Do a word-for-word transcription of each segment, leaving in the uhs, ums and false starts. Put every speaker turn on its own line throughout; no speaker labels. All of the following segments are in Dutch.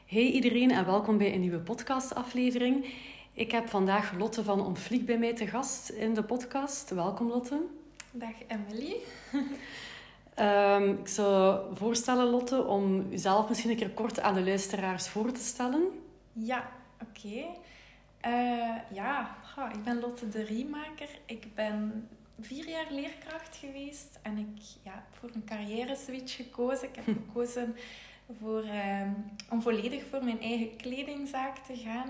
Hey iedereen en welkom bij een nieuwe podcastaflevering. Ik heb vandaag Lotte van Omfliek bij mij te gast in de podcast. Welkom Lotte.
Dag Emily.
um, ik zou voorstellen Lotte om jezelf misschien een keer kort aan de luisteraars voor te stellen.
Ja, oké. Okay. Uh, ja, oh, ik ben Lotte de Riemaker. Ik ben vier jaar leerkracht geweest en ik ja, heb voor een carrière-switch gekozen. Ik heb gekozen voor, uh, om volledig voor mijn eigen kledingzaak te gaan.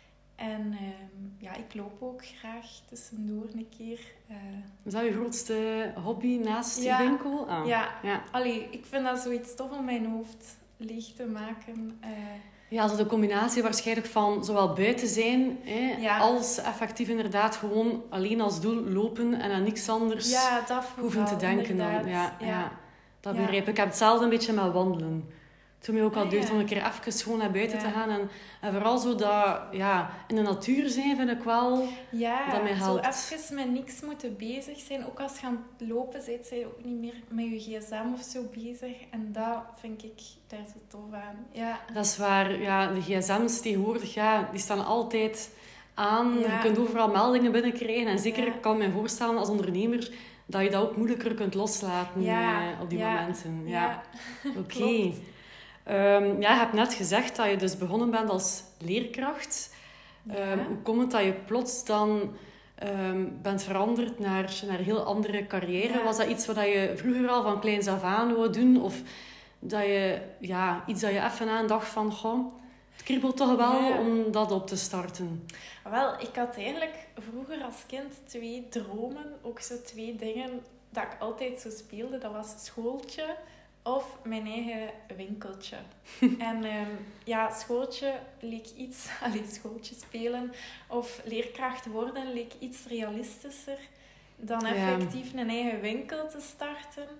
En uh, ja, ik loop ook graag tussendoor een keer. Uh...
Is dat je grootste hobby naast
ja,
je winkel?
Oh. Ja, ja. Allee, ik vind dat zoiets tof om mijn hoofd leeg te maken. Uh...
Ja, zo de combinatie waarschijnlijk van zowel buiten zijn, hè, ja. als effectief inderdaad gewoon alleen als doel lopen en aan niks anders
ja, dat
hoeven te denken. Dan. Ja, ja. ja, dat
ja.
begrijp ik. Ik heb hetzelfde een beetje met wandelen. Toen mij ook al
ah,
deugd
ja.
om een keer even gewoon naar buiten
ja.
te gaan. En, en vooral zo dat, ja, in de natuur zijn vind ik wel
ja,
dat mij helpt.
Zo even met niks moeten bezig zijn. Ook als je aan het lopen bent, zijn je ook niet meer met je gsm of zo bezig. En dat vind ik daar zo tof aan. Ja.
Dat is waar. Ja, de gsm's tegenwoordig, ja, die staan altijd aan.
Ja.
Je kunt overal meldingen binnenkrijgen. En zeker
ja.
kan ik me voorstellen als ondernemer dat je dat ook moeilijker kunt loslaten
ja.
eh, op die
ja.
momenten. Ja.
ja.
Oké. Okay. Um, ja, je hebt net gezegd dat je dus begonnen bent als leerkracht.
Ja.
Um, hoe komt het dat je plots dan um, bent veranderd naar, naar een heel andere carrière? Ja. Was dat iets wat je vroeger al van kleins af aan wou doen? Of dat je, ja, iets dat je even aan dacht van... Goh, het kriebelt toch wel ja. om dat op te starten?
Wel, ik had eigenlijk vroeger als kind twee dromen. Ook zo twee dingen dat ik altijd zo speelde. Dat was schooltje... Of mijn eigen winkeltje. en um, ja, schooltje leek iets... Allee, schooltje spelen of leerkracht worden leek iets realistischer dan effectief ja. een eigen winkel te starten.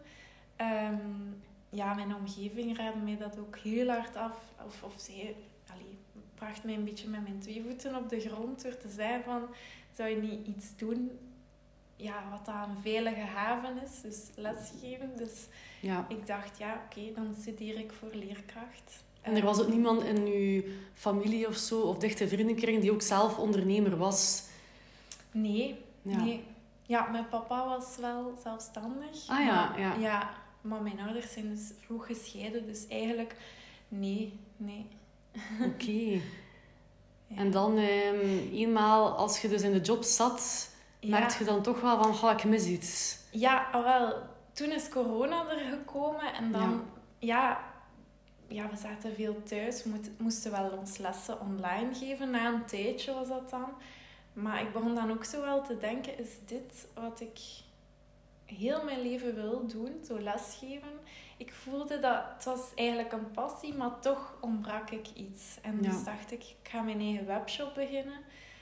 Um, ja, mijn omgeving raadde mij dat ook heel hard af. Of, of zij allee, bracht mij een beetje met mijn twee voeten op de grond door te zeggen van... Zou je niet iets doen... Ja, wat dat een veilige haven is, dus lesgeven. Dus
ja.
ik dacht, ja, oké, okay, dan studeer ik voor leerkracht.
En er was ook niemand in uw familie of zo, of dichte vriendenkring, die ook zelf ondernemer was?
Nee,
ja.
nee. Ja, mijn papa was wel zelfstandig.
Ah ja,
maar,
ja.
ja. Maar mijn ouders zijn dus vroeg gescheiden, dus eigenlijk, nee, nee.
Oké. Okay. Ja. En dan, um, eenmaal als je dus in de job zat... Ja. Merk je dan toch wel van, ga ik mis iets?
Ja, wel. Toen is corona er gekomen en dan, ja, ja, ja we zaten veel thuis. We moesten wel ons lessen online geven. Na een tijdje was dat dan. Maar ik begon dan ook zo wel te denken, is dit wat ik heel mijn leven wil doen? Zo lesgeven. Ik voelde dat het was eigenlijk een passie, maar toch ontbrak ik iets. En
ja.
dus dacht ik, ik ga mijn eigen webshop beginnen.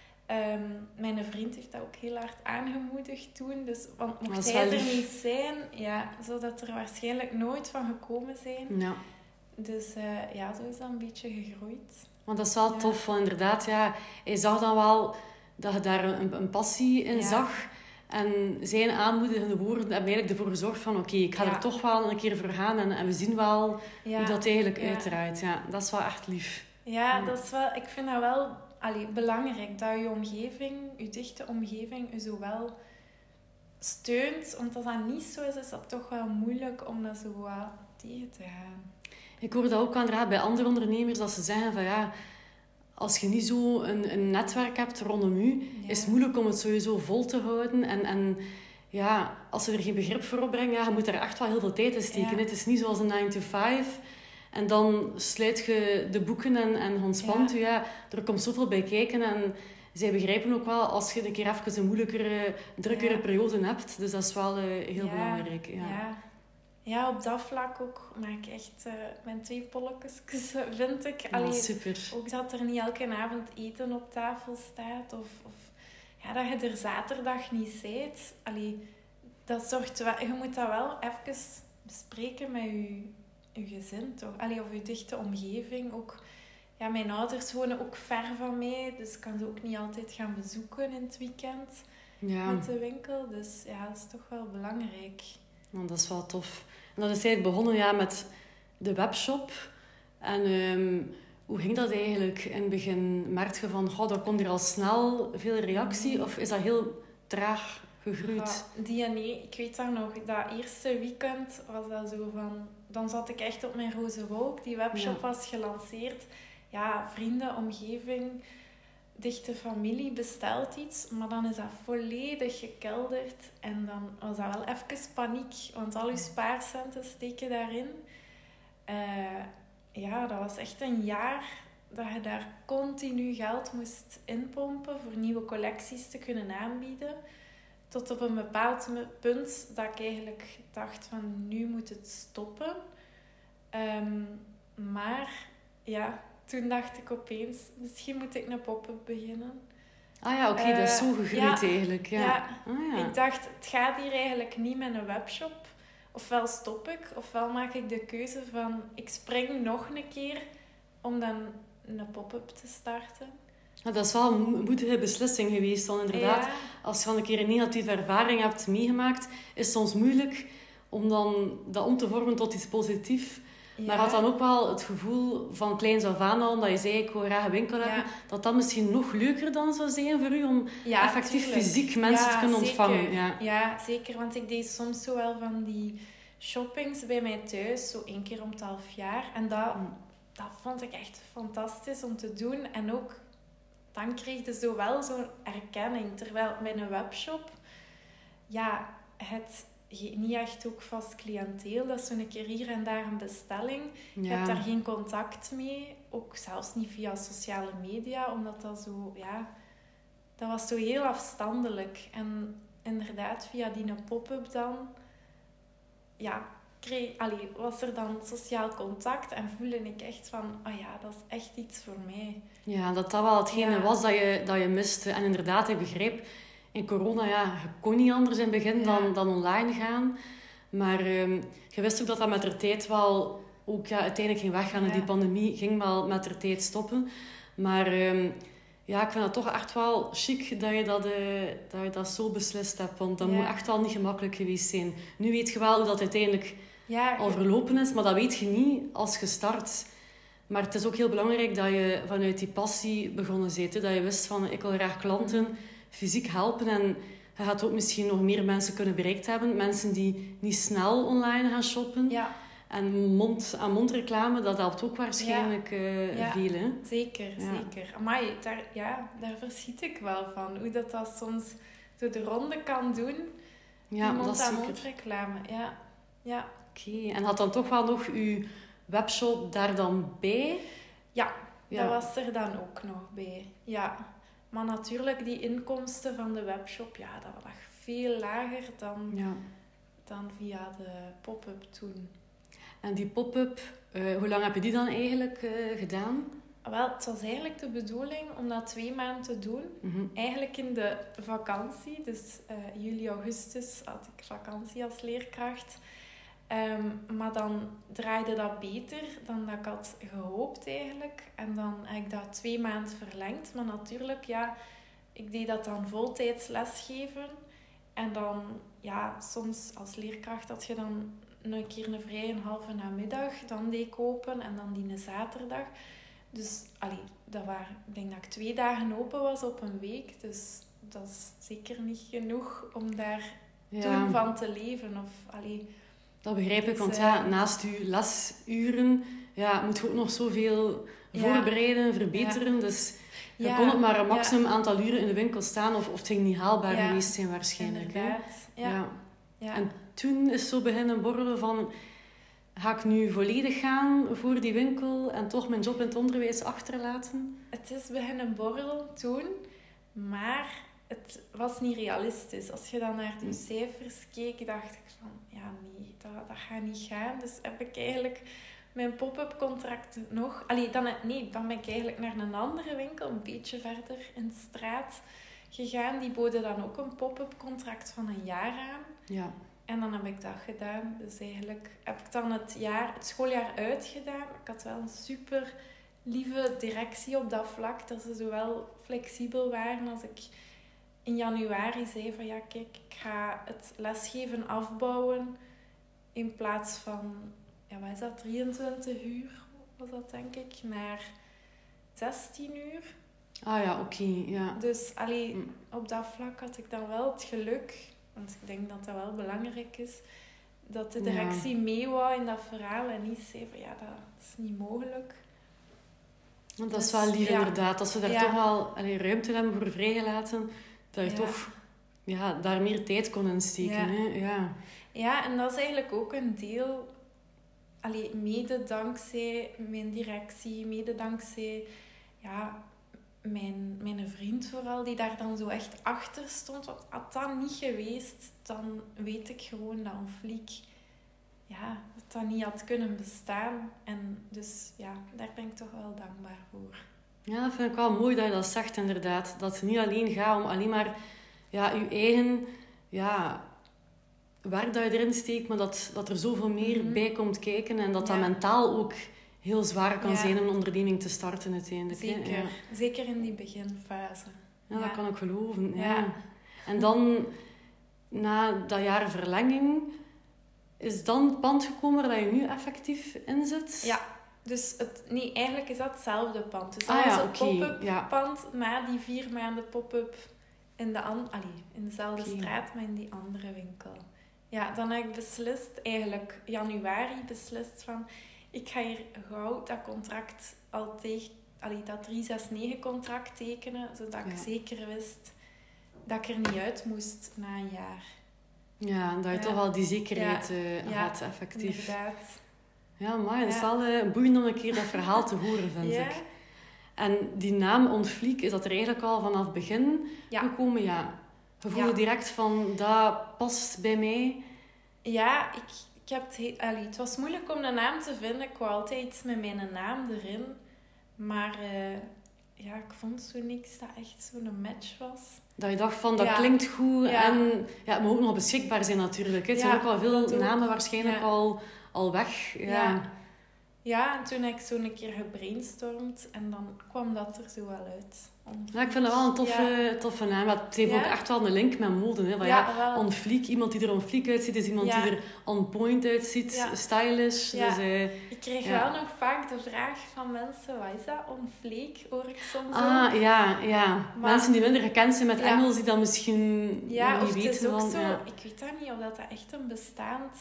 Um, mijn vriend heeft dat ook heel hard aangemoedigd toen. Dus, want mocht hij er niet zijn, ja, zou dat er waarschijnlijk nooit van gekomen zijn.
Ja.
Dus uh, ja, zo is dat een beetje gegroeid.
Want dat is wel
ja.
tof, want inderdaad, ja, hij zag dan wel dat je daar een, een passie in ja. zag. En zijn aanmoedigende woorden hebben eigenlijk ervoor gezorgd van... Oké, okay, ik ga ja. er toch wel een keer voor gaan en, en we zien wel ja. hoe dat eigenlijk ja. uitdraait. Ja, dat is wel echt lief.
Ja, ja, dat is wel... Ik vind dat wel... Allee, belangrijk dat je omgeving, je dichte omgeving, je zo wel steunt. Want als dat niet zo is, is dat toch wel moeilijk om dat zo wat tegen te gaan.
Ik hoor dat ook inderdaad bij andere ondernemers, dat ze zeggen van ja, als je niet zo een, een netwerk hebt rondom je, ja. is het moeilijk om het sowieso vol te houden. En, en ja, als ze er geen begrip voor opbrengen, ja, je moet er echt wel heel veel tijd in steken. Ja. Het is niet zoals een nine to five... En dan sluit je de boeken en, en ontspant ja. je. Ja, er komt zoveel bij kijken. En zij begrijpen ook wel als je een keer even een moeilijkere, drukkere ja. periode hebt. Dus dat is wel uh, heel
ja.
belangrijk. Ja.
Ja. ja, op dat vlak ook maak ik echt uh, mijn twee polletjes, vind ik.
Allee, ja, super.
Ook dat er niet elke avond eten op tafel staat. Of, of ja, dat je er zaterdag niet bent. Allee, dat zorgt wel, je moet dat wel even bespreken met je... je gezin toch? Allee, of je dichte omgeving. Ook, ja, mijn ouders wonen ook ver van mij, dus ik kan ze ook niet altijd gaan bezoeken in het weekend
ja.
met de winkel. Dus ja, dat is toch wel belangrijk.
Nou, dat is wel tof. En dat is eigenlijk begonnen ja, met de webshop. En um, Hoe ging dat eigenlijk in het begin? Merkte je van, oh, dat komt hier al snel veel reactie? Of is dat heel traag gegroeid?
Ja, die en nee, ik weet dat nog. Dat eerste weekend was dat zo van... Dan zat ik echt op mijn roze wolk. Die webshop
Ja.
was gelanceerd. Ja, vrienden, omgeving, dichte familie bestelt iets. Maar dan is dat volledig gekelderd. En dan was dat wel even paniek. Want al je spaarcenten steken daarin. Uh, ja, dat was echt een jaar dat je daar continu geld moest inpompen voor nieuwe collecties te kunnen aanbieden. Tot op een bepaald punt dat ik eigenlijk dacht van nu moet het stoppen. Um, maar ja, toen dacht ik opeens, misschien moet ik een pop-up beginnen.
Ah ja, oké, okay, uh, dat is zo gegroeid ja, eigenlijk. Ja.
Ja,
ah, ja,
ik dacht het gaat hier eigenlijk niet met een webshop. Ofwel stop ik, ofwel maak ik de keuze van ik spring nog een keer om dan een pop-up te starten.
Ja, dat is wel een moedige beslissing geweest. Dan inderdaad, ja. Als je al een keer een negatieve ervaring hebt meegemaakt, is het soms moeilijk om dan dat om te vormen tot iets positiefs. Ja. Maar had dan ook wel het gevoel van kleins af aan al, omdat je zei, ik wil graag een winkel hebben, ja. dat dat misschien nog leuker dan zou zijn voor u, om ja, effectief tuurlijk. fysiek mensen ja, te kunnen
zeker.
ontvangen. Ja.
ja, zeker. Want ik deed soms zo wel van die shoppings bij mij thuis, zo één keer om het half jaar. En dat, hmm. dat vond ik echt fantastisch om te doen. En ook, dan kreeg je zo wel zo'n erkenning. Terwijl met een webshop, ja, het... niet echt ook vast cliënteel. Dat is zo'n keer hier en daar een bestelling. Ja. Je hebt daar geen contact mee. Ook zelfs niet via sociale media. Omdat dat zo... Ja, dat was zo heel afstandelijk. En inderdaad, via die pop-up dan... Ja, kreeg, allee, was er dan sociaal contact. En voelde ik echt van... Oh ja, dat is echt iets voor mij.
Ja, dat dat wel hetgene ja. was dat je, dat je miste. En inderdaad, ik begreep... In corona, ja, je kon niet anders in het begin ja. dan, dan online gaan. Maar um, je wist ook dat dat met de tijd wel ook ja, uiteindelijk ging weggaan. Ja. En die pandemie ging wel met de tijd stoppen. Maar um, ja, ik vind het toch echt wel chic dat je dat, uh, dat je dat zo beslist hebt. Want dat ja. moet echt wel niet gemakkelijk geweest zijn. Nu weet je wel hoe dat uiteindelijk ja, al verlopen is. Maar dat weet je niet als je start. Maar het is ook heel belangrijk dat je vanuit die passie begonnen bent. Hè? Dat je wist van, ik wil graag klanten... fysiek helpen en je gaat ook misschien nog meer mensen kunnen bereikt hebben. Mensen die niet snel online gaan shoppen.
Ja.
En mond-aan-mond reclame, dat helpt ook waarschijnlijk ja. Uh,
ja.
veel. Hè?
Zeker, ja. zeker. Amai, daar, ja, daar verschiet ik wel van. Hoe dat, dat soms zo de ronde kan doen.
Ja,
die mond-aan-mond reclame. Ja. Ja.
Oké, okay. En had dan toch wel nog uw webshop daar dan bij?
Ja, ja, dat was er dan ook nog bij. Ja. Maar natuurlijk, die inkomsten van de webshop, ja, dat lag veel lager dan, ja. dan via de pop-up toen.
En die pop-up, uh, hoe lang heb je die dan eigenlijk uh, gedaan?
Wel, het was eigenlijk de bedoeling om dat twee maanden te doen. Mm-hmm. Eigenlijk in de vakantie, dus uh, juli, augustus had ik vakantie als leerkracht. Um, maar dan draaide dat beter dan dat ik had gehoopt eigenlijk. En dan heb ik dat twee maanden verlengd. Maar natuurlijk, ja, ik deed dat dan voltijds lesgeven. En dan, ja, soms als leerkracht had je dan een keer een vrije een halve namiddag. Dan deed ik open en dan die een zaterdag. Dus, allee, dat waren, ik denk dat ik twee dagen open was op een week. Dus dat is zeker niet genoeg om daar ja. toen van te leven. Of, allee...
Dat begrijp ik, want ja, naast je lesuren ja, moet je ook nog zoveel ja. voorbereiden, verbeteren. Ja. Dus je ja. kon het maar een maximum ja. aantal uren in de winkel staan of, of het ging niet haalbaar ja. geweest zijn waarschijnlijk.
Inderdaad. Ja.
Ja. Ja. En toen is zo beginnen borrelen van, ga ik nu volledig gaan voor die winkel en toch mijn job in het onderwijs achterlaten?
Het is beginnen borrelen toen, maar... Het was niet realistisch. Als je dan naar die cijfers keek, dacht ik van... Ja, nee, dat, dat gaat niet gaan. Dus heb ik eigenlijk mijn pop-up contract nog... Allee, dan, nee, dan ben ik eigenlijk naar een andere winkel, een beetje verder in de straat, gegaan. Die boden dan ook een pop-up contract van een jaar aan.
Ja.
En dan heb ik dat gedaan. Dus eigenlijk heb ik dan het, jaar, het schooljaar uitgedaan. Ik had wel een super lieve directie op dat vlak. Dat ze zowel flexibel waren als ik... in januari zei van ja, kijk, ik ga het lesgeven afbouwen in plaats van, ja, wat is dat, drieëntwintig uur was dat denk ik, naar zestien uur.
Ah ja, oké, okay, ja.
Dus allee,
Mm.
op dat vlak had ik dan wel het geluk, want ik denk dat dat wel belangrijk is, dat de directie ja. mee wou in dat verhaal en niet zei van ja, dat is niet mogelijk.
Want dat
dus,
is wel lief
ja.
inderdaad, als ze daar
ja.
toch wel allee, ruimte hebben voor vrijgelaten, dat je ja. toch ja, daar meer tijd kon in steken.
Ja.
Hè? Ja.
ja, en dat is eigenlijk ook een deel, allee, mede dankzij mijn directie, mede dankzij ja, mijn, mijn vriend vooral, die daar dan zo echt achter stond. Want had dat niet geweest, dan weet ik gewoon dat een fliek ja, dat, dat niet had kunnen bestaan. En dus ja, daar ben ik toch wel dankbaar voor.
Ja, dat vind ik wel mooi dat je dat zegt inderdaad. Dat het niet alleen gaat om alleen maar ja, je eigen ja, werk dat je erin steekt, maar dat, dat er zoveel meer mm-hmm. bij komt kijken en dat ja. dat mentaal ook heel zwaar kan ja. zijn om een onderneming te starten uiteindelijk.
Zeker,
ja.
Zeker in die beginfase.
Ja, ja. dat kan ik geloven. Ja.
Ja.
En dan, na dat jaar verlenging, is dan het pand gekomen waar je nu effectief in zit?
Ja, dus het, nee, eigenlijk is dat hetzelfde pand. Dus dat
ah,
was
ja,
het
okay.
pop-up
ja.
pand na die vier maanden pop-up in, de an- allee, in dezelfde okay. straat, maar in die andere winkel. Ja, dan heb ik beslist, eigenlijk januari beslist van, ik ga hier gauw dat contract al tegen, allee, dat drie zes negen contract tekenen, zodat ja. ik zeker wist dat ik er niet uit moest na een jaar.
Ja, dat je ja. toch wel die zekerheid ja. uh,
ja,
had, effectief.
Inderdaad.
Ja, maar het is wel uh, boeiend om een keer dat verhaal te horen, vind ja. ik. En die naam Onfliek, is dat er eigenlijk al vanaf het begin ja. gekomen? Ja. Je voelde ja. direct van, dat past bij mij?
Ja, ik, ik heb het, he- allee, het was moeilijk om een naam te vinden. Ik wou altijd iets met mijn naam erin. Maar uh, ja, ik vond zo niks dat echt zo'n match was.
Dat je dacht van, dat ja. klinkt goed. Ja. En ja, het moet ook nog beschikbaar zijn natuurlijk. Hè. Er zijn ja, ook wel veel namen waarschijnlijk ja. al, al weg. Ja.
Ja. ja, en toen heb ik zo een keer gebrainstormd. En dan kwam dat er zo wel uit.
Ja, ik vind dat wel een toffe, ja. toffe naam. Het heeft ja. ook echt wel een link met mode. Hè. Van, ja, ja, on fleek. Iemand die er on fleek uitziet, is iemand ja. die er on point uitziet. Ja. Stylish.
Ja.
Dus, uh,
ik kreeg ja. wel nog vaak de vraag van mensen, wat is dat? On fleek, hoor ik soms
Ah,
ook.
ja, ja. Maar, mensen die minder gekend zijn met ja. Engels, die dat misschien
ja,
niet
of
weten.
Het is ook
van,
zo,
ja.
ik weet dat niet of dat echt een bestaand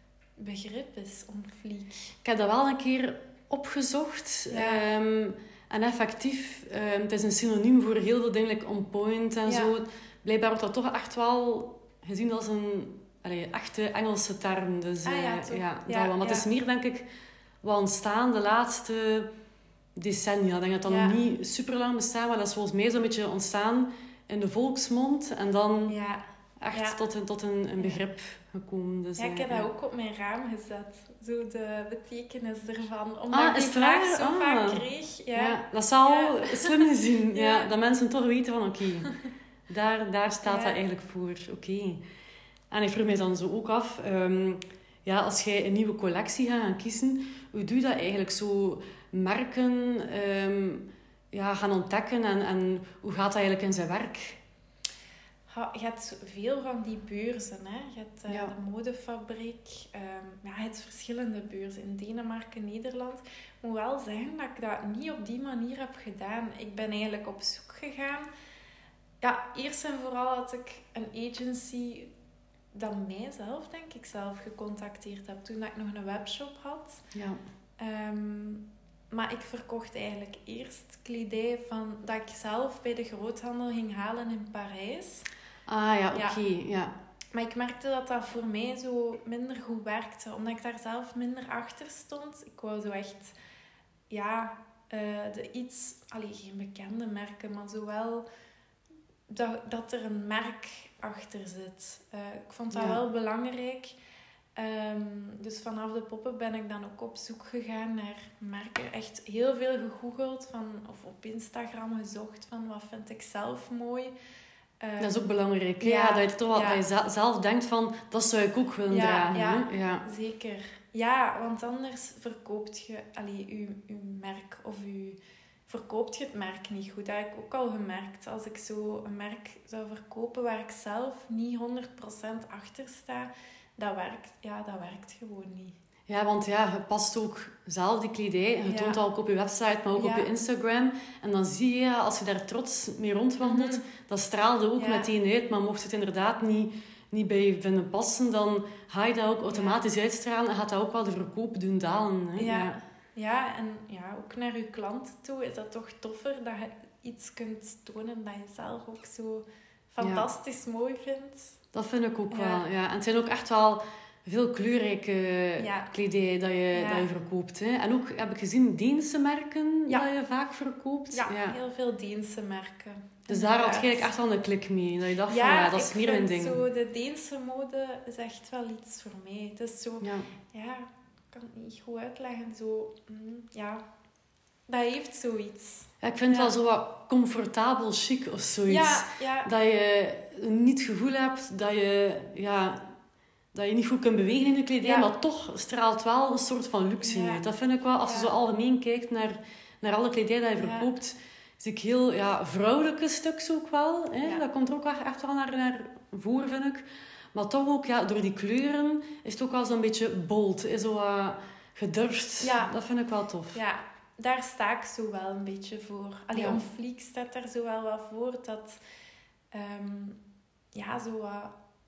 begrip is, on fleek.
Ik heb dat wel een keer opgezocht. Ja. Um, En effectief, uh, het is een synoniem voor heel veel dingen, like on point en ja. zo. Blijkbaar wordt dat toch echt wel gezien als een allee, echte Engelse term. Dus, uh,
ah, ja,
ja, ja,
ja,
dat wel. Maar
ja.
het is meer, denk ik, wat ontstaan de laatste decennia. Ik denk dat dat ja. nog niet super lang bestaat, maar dat is volgens mij zo'n beetje ontstaan in de volksmond. En dan
ja.
echt
ja.
tot, een, tot een, een begrip gekomen. Dus,
ja, ik heb
uh,
dat
ja.
ook op mijn raam gezet. Zo de betekenis ervan. Omdat
ah,
ik die vraag zo
ah.
vaak kreeg. Ja.
Ja, dat is al ja. slim gezien. ja.
Ja.
Dat mensen toch weten van oké, okay, daar, daar staat ja. dat eigenlijk voor. Oké. Okay. En ik vroeg mij dan zo ook af, um, ja, als jij een nieuwe collectie gaat gaan kiezen, hoe doe je dat eigenlijk zo? Merken um, ja, gaan ontdekken en, en hoe gaat dat eigenlijk in zijn werk?
Je hebt veel van die beurzen. Hè? Je hebt uh, ja. de modefabriek. Um, ja, je hebt verschillende beurzen in Denemarken, Nederland. Ik moet wel zeggen dat ik dat niet op die manier heb gedaan. Ik ben eigenlijk op zoek gegaan. Ja, eerst en vooral had ik een agency dat mijzelf, denk ik, zelf gecontacteerd heb. Toen ik nog een webshop had.
Ja.
Um, maar ik verkocht eigenlijk eerst kledij van, dat ik zelf bij de groothandel ging halen in Parijs.
Ah ja, oké. Okay, ja. ja.
Maar ik merkte dat dat voor mij zo minder goed werkte. Omdat ik daar zelf minder achter stond. Ik wou zo echt... Ja, uh, de iets... Allee, geen bekende merken, maar zowel... Dat, dat er een merk achter zit. Uh, ik vond dat ja. wel belangrijk. Um, dus vanaf de poppen ben ik dan ook op zoek gegaan naar merken. Echt heel veel gegoogeld van, of op Instagram gezocht van wat vind ik zelf mooi. Um,
dat is ook belangrijk. Ja, ja, dat je toch wel, ja. dat je zelf denkt van dat zou ik ook willen
ja,
dragen.
Ja,
hè? Ja,
zeker. Ja, want anders verkoopt je allee, je, je merk of je, verkoopt je het merk niet goed. Dat heb ik ook al gemerkt. Als ik zo een merk zou verkopen waar ik zelf niet honderd procent achter sta, Dat werkt, ja, dat werkt gewoon niet.
Ja, want ja, je past ook zelf die kledij. Je
Ja.
toont dat ook op je website, maar ook
Ja.
op je Instagram. En dan zie je, als je daar trots mee rondwandelt,
Mhm.
dat straalde ook
Ja.
meteen uit. Maar mocht het inderdaad niet, niet bij je vinden passen, dan ga je dat ook automatisch uitstralen en gaat dat ook wel de verkoop doen dalen. Hè?
Ja.
Ja.
Ja, en ja, ook naar je klanten toe is dat toch toffer dat je iets kunt tonen dat je zelf ook zo fantastisch mooi vindt.
Dat vind ik ook
Ja.
wel. Ja. En het zijn ook echt wel veel kleurrijke
Ja.
kledij dat je,
Ja.
dat je verkoopt. Hè. En ook, heb ik gezien, Deense merken
Ja.
dat je vaak verkoopt.
Ja, heel veel Deense merken.
Dus daar had je
Inderdaad.
eigenlijk echt wel een klik mee. Dat je dacht van,
Ja,
ja, dat is
ik
meer mijn
vind
ding.
zo de Deense mode is echt wel iets voor mij. Het is zo,
Ja.
ja, ik kan het niet goed uitleggen. Zo, mm, ja, dat heeft zoiets.
Ja, ik vind het
Ja.
wel zo wat comfortabel chic of zoiets.
Ja, ja,
Dat je niet het gevoel hebt dat je, ja, dat je niet goed kunt bewegen in de kledij,
Ja.
maar toch straalt wel een soort van luxe
Ja.
uit. Dat vind ik wel, als je
Ja.
zo algemeen kijkt naar, naar alle kledij dat je
Ja.
verkoopt, zie ik heel ja, vrouwelijke stuks ook wel. Hè?
Ja.
Dat komt er ook wel echt wel naar, naar voren, vind ik. Maar toch ook, ja, door die kleuren is het ook wel zo'n beetje bold. Is zo wat gedurfd.
Ja.
Dat vind ik wel tof.
ja, daar sta ik zo wel een beetje voor. Allee,
Ja.
On Fleek staat daar zo wel wat voor. Dat, ehm, ja, zo wat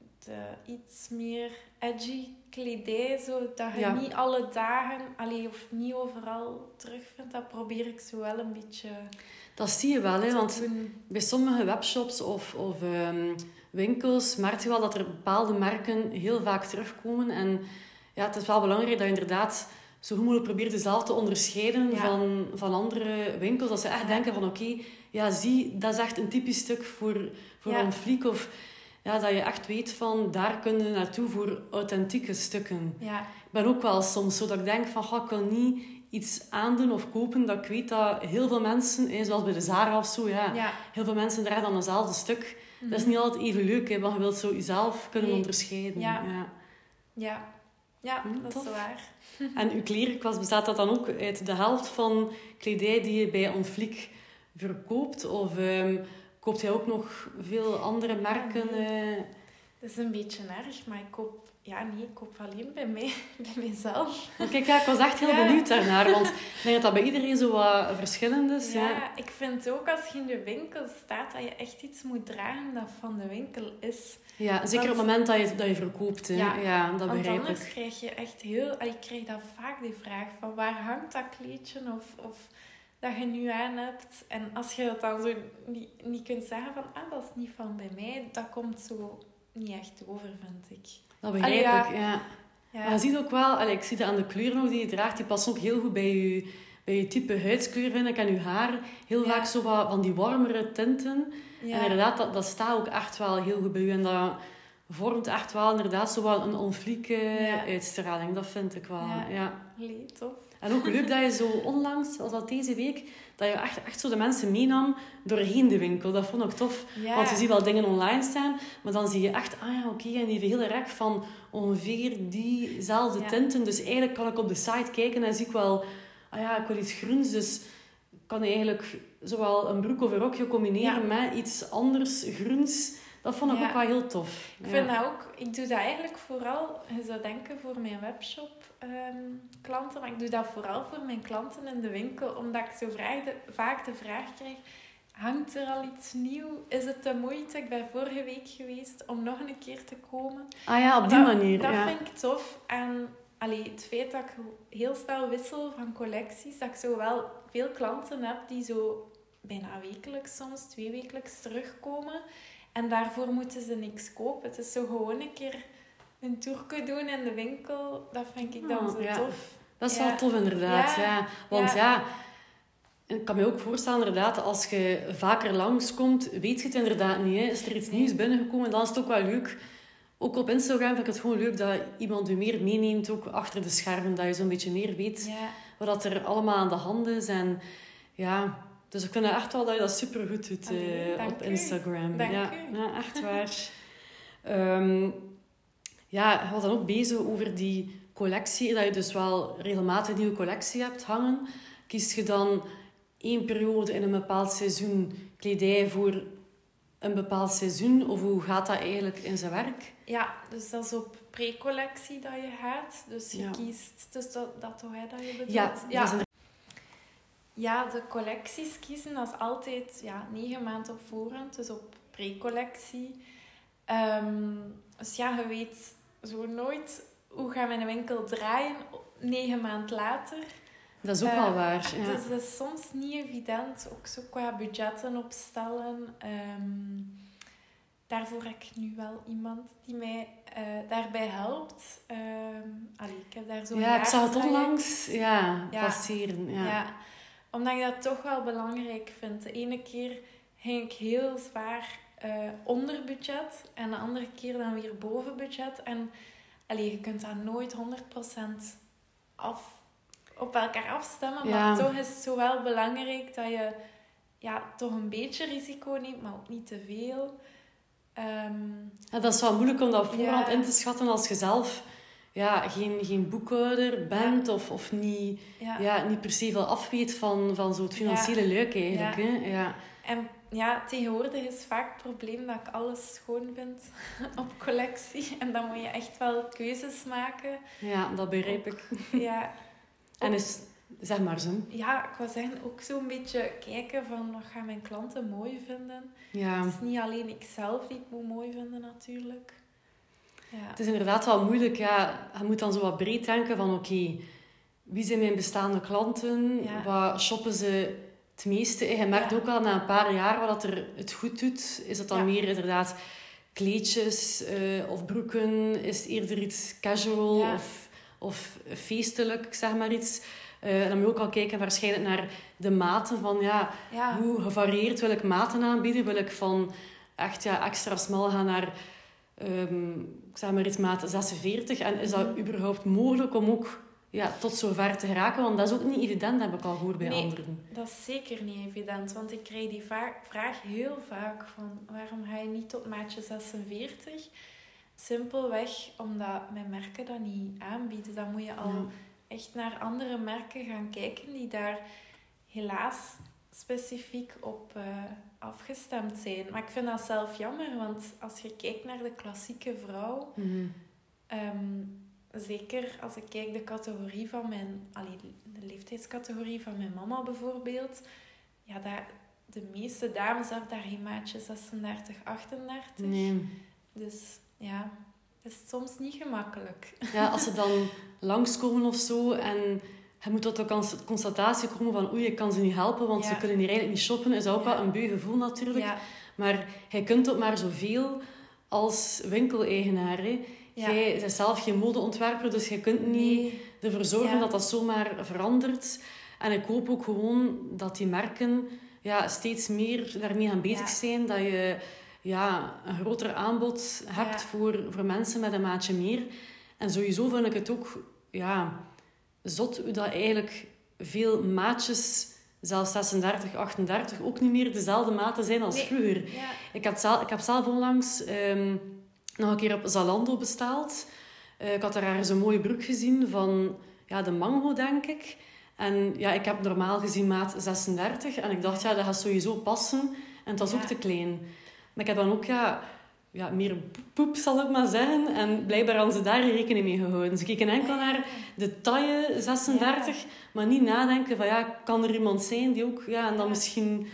de iets meer edgy kledij, zo, dat je
Ja.
niet alle dagen, allee, of niet overal terugvindt. Dat probeer ik zo wel een beetje
Dat zie je wel, hè,
te
want
doen.
bij sommige webshops of, of ehm, winkels merk je wel dat er bepaalde merken heel vaak terugkomen. En ja, het is wel belangrijk dat je inderdaad zo goed mogelijk probeert jezelf te onderscheiden
Ja.
van, van andere winkels. Dat ze echt
Ja.
denken van oké, ja zie, dat is echt een typisch stuk voor, voor
Ja.
een fliek. Of ja, dat je echt weet van daar kun je naartoe voor authentieke stukken.
Ja,
Ik ben ook wel soms zo dat ik denk van goh, ik wil niet iets aandoen of kopen dat ik weet dat heel veel mensen, hè, zoals bij de Zara of zo, ja,
ja.
heel veel mensen dragen dan eenzelfde stuk. Dat is niet altijd even leuk, hè, want je wilt zo jezelf kunnen
Nee.
onderscheiden.
Ja.
Ja.
Ja, ja
Hm,
dat
tof.
is waar.
En uw klerenkast, bestaat dat dan ook uit de helft van kledij die je bij On Fleek verkoopt? Of ehm, koopt jij ook nog veel andere merken?
nee.
eh?
Dat is een beetje erg, maar ik koop... Ja, nee, ik koop alleen bij mij, bij mijzelf.
Maar kijk, ja, ik was echt heel
Ja.
benieuwd daarnaar, want ik denk dat dat bij iedereen zo wat verschillend is. Ja.
Ja, ik vind ook als je in de winkel staat, dat je echt iets moet dragen dat van de winkel is.
Ja, zeker op
Want-
het moment dat je, dat je verkoopt. Hè. Ja.
Ja,
dat
Want
begrijp
anders
ik.
krijg je echt heel... allee, Ik krijg dan vaak die vraag van waar hangt dat kleedje of, of dat je nu aan hebt. En als je dat dan zo niet, niet kunt zeggen van ah, dat is niet van bij mij, dat komt zo niet echt over, vind ik.
Dat begrijp
Allee, ja.
ik, ja.
Ja,
Maar je ziet ook wel, allee, ik zie dat aan de kleur nog die je draagt, die past ook heel goed bij je, bij je type huidskleur, vind ik, en je haar. Heel
Ja.
vaak zo wat van die warmere tinten.
ja.
En inderdaad, dat, dat staat ook echt wel heel goed bij u. En dat vormt echt wel inderdaad zo wat een onflieke
Ja.
uitstraling. Dat vind ik wel, ja.
Ja. Allee, tof.
En ook leuk dat je zo onlangs, als dat deze week, dat je echt, echt zo de mensen meenam doorheen de winkel. Dat vond ik tof.
Ja.
Want je ziet wel dingen online staan, maar dan zie je echt, ah ja, oké, en die hele rek van ongeveer diezelfde
Ja.
tinten. Dus eigenlijk kan ik op de site kijken en zie ik wel, ah ja, ik wil iets groens, dus kan je eigenlijk zowel een broek of een rokje combineren met iets anders groens. Dat vond ik
Ja.
ook wel heel tof.
Ik vind dat ook... Ik doe dat eigenlijk vooral... Je zou denken voor mijn webshop ehm, klanten, maar ik doe dat vooral voor mijn klanten in de winkel, omdat ik zo vraag de, vaak de vraag krijg, hangt er al iets nieuw? Is het de moeite? Ik ben vorige week geweest om nog een keer te komen.
Ah ja, op die
dat,
manier.
Dat
ja.
vind ik tof. En allee, het feit dat ik heel snel wissel van collecties, dat ik zo wel veel klanten heb die zo bijna wekelijks, soms tweewekelijks terugkomen. En daarvoor moeten ze niks kopen. Het is zo gewoon een keer een toerke doen in de winkel. Dat vind ik dan
Oh,
zo
ja.
tof.
Dat is
Ja.
wel tof, inderdaad. Ja.
Ja.
Want ja.
Ja.
ik kan me ook voorstellen, inderdaad, als je vaker langskomt, weet je het inderdaad niet. Hè. Is er iets
Nee.
nieuws binnengekomen, dan is het ook wel leuk. Ook op Instagram vind ik het gewoon leuk dat iemand je meer meeneemt, ook achter de schermen, dat je zo'n beetje meer weet
Ja.
wat er allemaal aan de hand is. En ja, dus ik vind het echt wel dat je dat supergoed doet
Allee,
eh,
dank
op
u.
Instagram.
Dank
ja,
u.
ja, echt waar. Ehm, ja, je was dan ook bezig over die collectie, dat je dus wel regelmatig een nieuwe collectie hebt hangen. Kies je dan één periode in een bepaald seizoen kledij voor een bepaald seizoen? Of hoe gaat dat eigenlijk in zijn werk?
Ja, dus dat is op pre-collectie dat je gaat. Dus je
Ja.
kiest... Dus dat, dat toch, hè, dat je bedoelt?
Ja,
ja.
dat is een...
Ja, de collecties kiezen, dat is altijd ja, negen maanden op voorhand. Dus op pre-collectie. Um, dus ja, je weet zo nooit hoe gaat mijn winkel draaien negen maanden later.
Dat is ook
uh,
wel waar. Ja.
Dus dat is soms niet evident, ook zo qua budgetten opstellen. Um, daarvoor heb ik nu wel iemand die mij uh, daarbij helpt. Um, allee, ik heb daar zo'n
Ja, ik zag het
jaartraject.
onlangs ja,
Ja.
passeren. Ja.
Ja, omdat ik dat toch wel belangrijk vind. De ene keer ging ik heel zwaar uh, onder budget en de andere keer dan weer boven budget. En allee, je kunt dat nooit honderd procent af, op elkaar afstemmen.
Ja.
Maar toch is het zo wel belangrijk dat je ja, toch een beetje risico neemt, maar ook niet te veel. Um,
Ja, dat is wel moeilijk om dat op voorhand
Ja.
in te schatten als je zelf ja, geen, geen boekhouder bent
Ja.
of, of niet,
ja.
ja, niet per se veel afweet van, van zo'n financiële luik eigenlijk.
Ja.
Hè? Ja.
En ja, tegenwoordig is vaak het probleem dat ik alles schoon vind op collectie. En dan moet je echt wel keuzes maken.
ja, dat begrijp ik.
Ja,
En is, zeg maar zo.
ja, ik wou zeggen, ook zo'n beetje kijken van wat gaan mijn klanten mooi vinden.
Ja.
Het is niet alleen ikzelf die het moet mooi vinden natuurlijk. Ja.
Het is inderdaad wel moeilijk. Ja. Je moet dan zo wat breed denken van oké, okay, wie zijn mijn bestaande klanten?
Ja.
Wat shoppen ze het meeste? Je merkt
Ja.
ook al na een paar jaar wat dat er het goed doet. Is het dan
Ja.
meer inderdaad kleedjes uh, of broeken? Is het eerder iets casual
Ja.
of, of feestelijk, zeg maar iets? Uh, dan moet je ook al kijken waarschijnlijk naar de maten van ja,
Ja.
hoe gevarieerd wil ik maten aanbieden? Wil ik van echt ja, extra smal gaan naar um, ik zeg maar iets maat zesenveertig? En is dat überhaupt mogelijk om ook ja, tot zover te geraken? Want dat is ook niet evident, heb ik al gehoord bij
Nee,
anderen.
dat is zeker niet evident. Want ik krijg die va- vraag heel vaak van waarom ga je niet tot maatje zesenveertig? Simpelweg omdat mijn merken dat niet aanbieden. Dan moet je al
Ja.
echt naar andere merken gaan kijken die daar helaas specifiek op uh, afgestemd zijn. Maar ik vind dat zelf jammer, want als je kijkt naar de klassieke vrouw,
Mm-hmm.
um, zeker als ik kijk de categorie van mijn, allee, de leeftijdscategorie van mijn mama bijvoorbeeld, ja, daar, de meeste dames hebben daar geen maatje zesendertig, achtendertig.
Nee.
Dus ja, het is soms niet gemakkelijk.
Ja, als ze dan langskomen of zo en je moet tot de constatatie komen van oei, ik kan ze niet helpen, want
Ja.
ze kunnen hier eigenlijk niet shoppen, is dat ook
Ja.
wel een beu gevoel natuurlijk.
Ja,
Maar je kunt ook maar zoveel als winkeleigenaar. Hè.
Ja.
Jij bent zelf geen modeontwerper, dus je kunt niet
nee.
ervoor zorgen
Ja.
dat dat zomaar verandert. En ik hoop ook gewoon dat die merken ja, steeds meer daarmee gaan bezig
Ja.
zijn. Dat je ja, een groter aanbod hebt
Ja.
voor, voor mensen met een maatje meer. En sowieso vind ik het ook ja, zot hoe dat eigenlijk veel maatjes, zelfs zesendertig, achtendertig, ook niet meer dezelfde maten zijn als
Nee.
vroeger.
Ja.
Ik heb zelf, ik heb zelf onlangs um, nog een keer op Zalando besteld. Uh, ik had daar ergens een mooie broek gezien van ja, de Mango, denk ik. En ja, ik heb normaal gezien maat zesendertig. En ik dacht, ja, dat gaat sowieso passen. En het was
Ja.
ook te klein. Maar ik heb dan ook ja, ja, meer poep, zal ik maar zeggen. En blijkbaar hadden ze daar rekening mee gehouden. Ze keken enkel naar de taille zesendertig. Ja. Maar niet nadenken van, ja, kan er iemand zijn die ook... Ja, en dan
Ja.
misschien...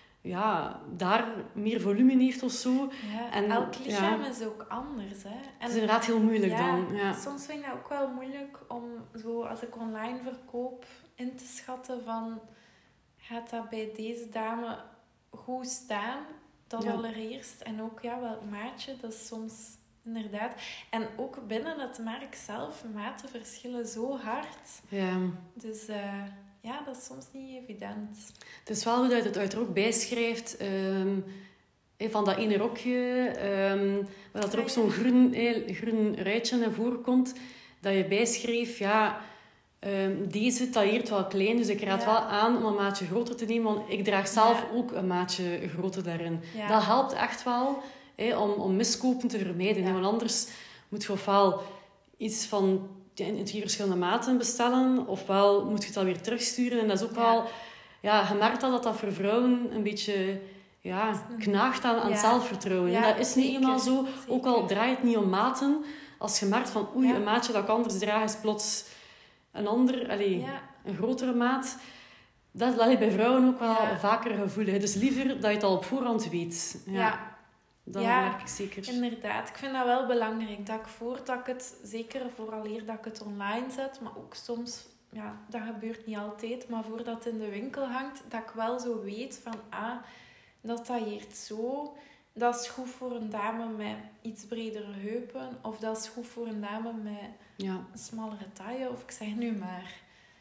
Ja, daar meer volume heeft of zo.
Ja,
En,
elk lichaam
ja.
is ook anders. Hè. En
Het is inderdaad heel moeilijk
ja,
dan. Ja.
soms vind ik dat ook wel moeilijk om, zo, als ik online verkoop, in te schatten van... Gaat dat bij deze dame goed staan? Dat
Ja.
allereerst. En ook, ja, welk maatje? Dat is soms inderdaad... En ook binnen het merk zelf, maten verschillen zo hard.
Ja.
Dus... Uh, Ja, dat is soms niet evident.
Het is wel goed dat je het uit er ook bijschrijft. Um, van dat ene rokje, um, waar dat er ook zo'n groen, eh, groen ruitje naar voren komt. Dat je bijschreef, ja, um, deze tailleert wel klein. Dus ik raad
Ja.
wel aan om een maatje groter te nemen. Want ik draag zelf
Ja.
ook een maatje groter daarin.
Ja.
Dat helpt echt wel eh, om, om miskopen te vermijden.
Ja.
Want anders moet je ofwel iets van... in twee verschillende maten bestellen, ofwel moet je het dan weer terugsturen. En dat is ook
Ja.
wel... Ja, je merkt al dat dat voor vrouwen een beetje ja, knaagt aan, aan
Ja.
zelfvertrouwen.
Ja,
dat is niet
zeker,
eenmaal zo.
zeker.
Ook al draait het niet om maten. Als je merkt van, oei,
Ja.
een maatje dat ik anders draag is plots een ander, allee,
Ja.
een grotere maat. Dat laat je bij vrouwen ook wel
Ja.
vaker gevoelen. Dus liever dat je het al op voorhand weet. Ja,
Ja.
dat
Ja,
merk ik zeker.
Inderdaad, ik vind dat wel belangrijk. Dat ik voordat ik het, zeker vooraleer dat ik het online zet, maar ook soms, ja, dat gebeurt niet altijd, maar voordat het in de winkel hangt, dat ik wel zo weet van, ah, dat tailleert zo. Dat is goed voor een dame met iets bredere heupen, of dat is goed voor een dame met
Ja.
een smallere taille, of ik zeg nu maar.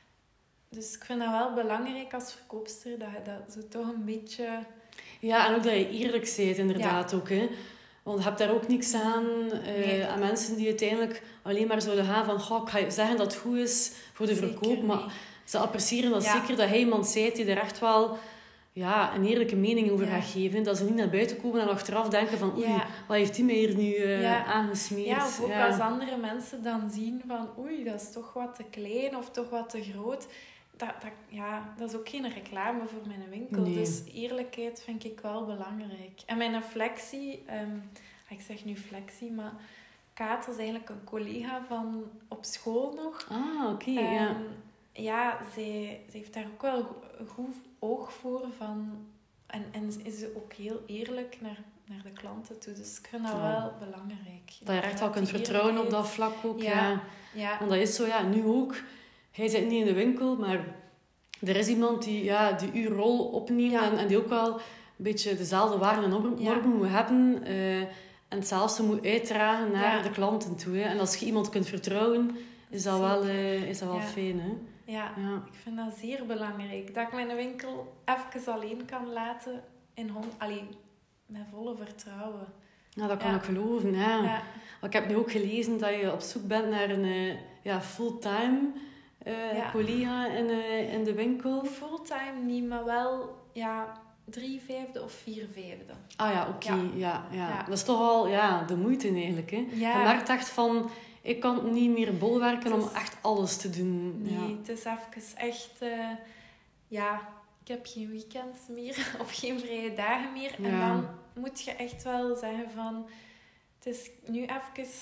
Dus ik vind dat wel belangrijk als verkoopster, dat je dat zo toch een beetje...
Ja, en ook dat je eerlijk bent, inderdaad ook. Hè. Want je hebt daar ook niks aan, eh,
Nee.
aan mensen die uiteindelijk alleen maar zouden gaan van goh, ik ga zeggen dat het goed is voor de
Zeker
verkoop. Maar
niet.
ze appreciëren dat
Ja.
zeker dat hij iemand zijt die er echt wel ja, een eerlijke mening over
Ja.
gaat geven. Dat ze niet naar buiten komen en achteraf denken van oei,
Ja.
wat heeft die mij hier nu eh,
Ja.
aangesmeerd.
Ja, of ook
Ja.
als andere mensen dan zien van oei, dat is toch wat te klein of toch wat te groot. Dat, dat, ja, dat is ook geen reclame voor mijn winkel.
Nee.
Dus eerlijkheid vind ik wel belangrijk. En mijn flexie, ehm, ik zeg nu flexie, maar Kaat is eigenlijk een collega van op school nog.
Ah, oké,
Ehm,
ja.
ja, zij, zij heeft daar ook wel een goed oog voor. Van, en, en is ze ook heel eerlijk naar, naar de klanten toe. Dus ik vind dat
Ja.
wel belangrijk.
Dat je echt wel kunt
Die
vertrouwen op
eerlijkheid.
dat vlak ook.
Ja.
Ja.
Ja,
Want dat is zo, ja, nu ook. Hij zit niet in de winkel, maar er is iemand die, ja, die uw rol opneemt
Ja.
en, en die ook wel een beetje dezelfde waarden en normen
Ja.
normen moet hebben. eh, en hetzelfde moet uitdragen naar
Ja.
de klanten toe. Hè. En als je iemand kunt vertrouwen, is dat wel, eh, is dat wel
Ja.
fijn. Hè.
ja,
Ja.
ik vind dat zeer belangrijk. Dat ik mijn winkel even alleen kan laten in hond... Allee, met volle vertrouwen.
Ja, dat kan
Ja.
ik geloven. Ja.
Ja,
Ik heb nu ook gelezen dat je op zoek bent naar een eh, ja, fulltime eh,
Ja.
collega in, eh, in de winkel.
fulltime niet, maar wel ja, drie vijfde of vier vijfde.
Ah ja, oké.
Ja.
Ja. Ja,
Ja.
Dat is toch al ja, de moeite eigenlijk. Hè?
Ja.
Je merkt echt van, ik kan niet meer bolwerken
Het
om
is-
echt alles te doen.
Nee,
Ja.
het is even echt... eh, ja, ik heb geen weekends meer of geen vrije dagen meer. En
Ja.
dan moet je echt wel zeggen van... Het is nu even...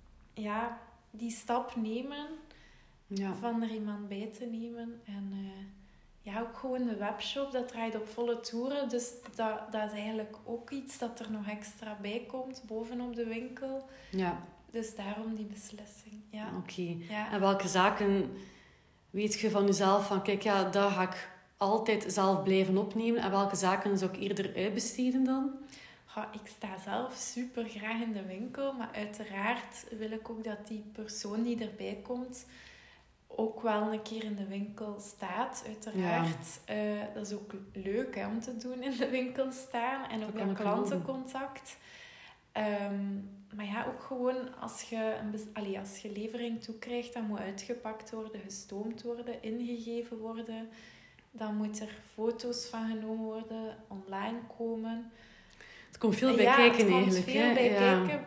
Ja, die stap nemen
Ja.
van er iemand bij te nemen. En eh, ja, ook gewoon de webshop, dat draait op volle toeren. Dus dat, dat is eigenlijk ook iets dat er nog extra bij komt, bovenop de winkel.
Ja,
Dus daarom die beslissing. Ja.
oké.
Ja.
En welke zaken weet je van jezelf van, kijk, ja, dat ga ik altijd zelf blijven opnemen. En welke zaken zou ik eerder uitbesteden dan?
Ja, ik sta zelf super graag in de winkel, maar uiteraard wil ik ook dat die persoon die erbij komt ook wel een keer in de winkel staat. Uiteraard. Eh, dat is ook leuk hè, om te doen in de winkel staan en
Dat
ook
kan
dat
ik geloven.
klantencontact. Ehm, maar ja, ook gewoon als je, een bes- allee, als je levering toekrijgt, dat moet uitgepakt worden, gestoomd worden, ingegeven worden. Dan moet er foto's van genomen worden, online komen.
Het komt veel bij
ja,
kijken
het komt
eigenlijk.
veel
hè?
bij
Ja.
kijken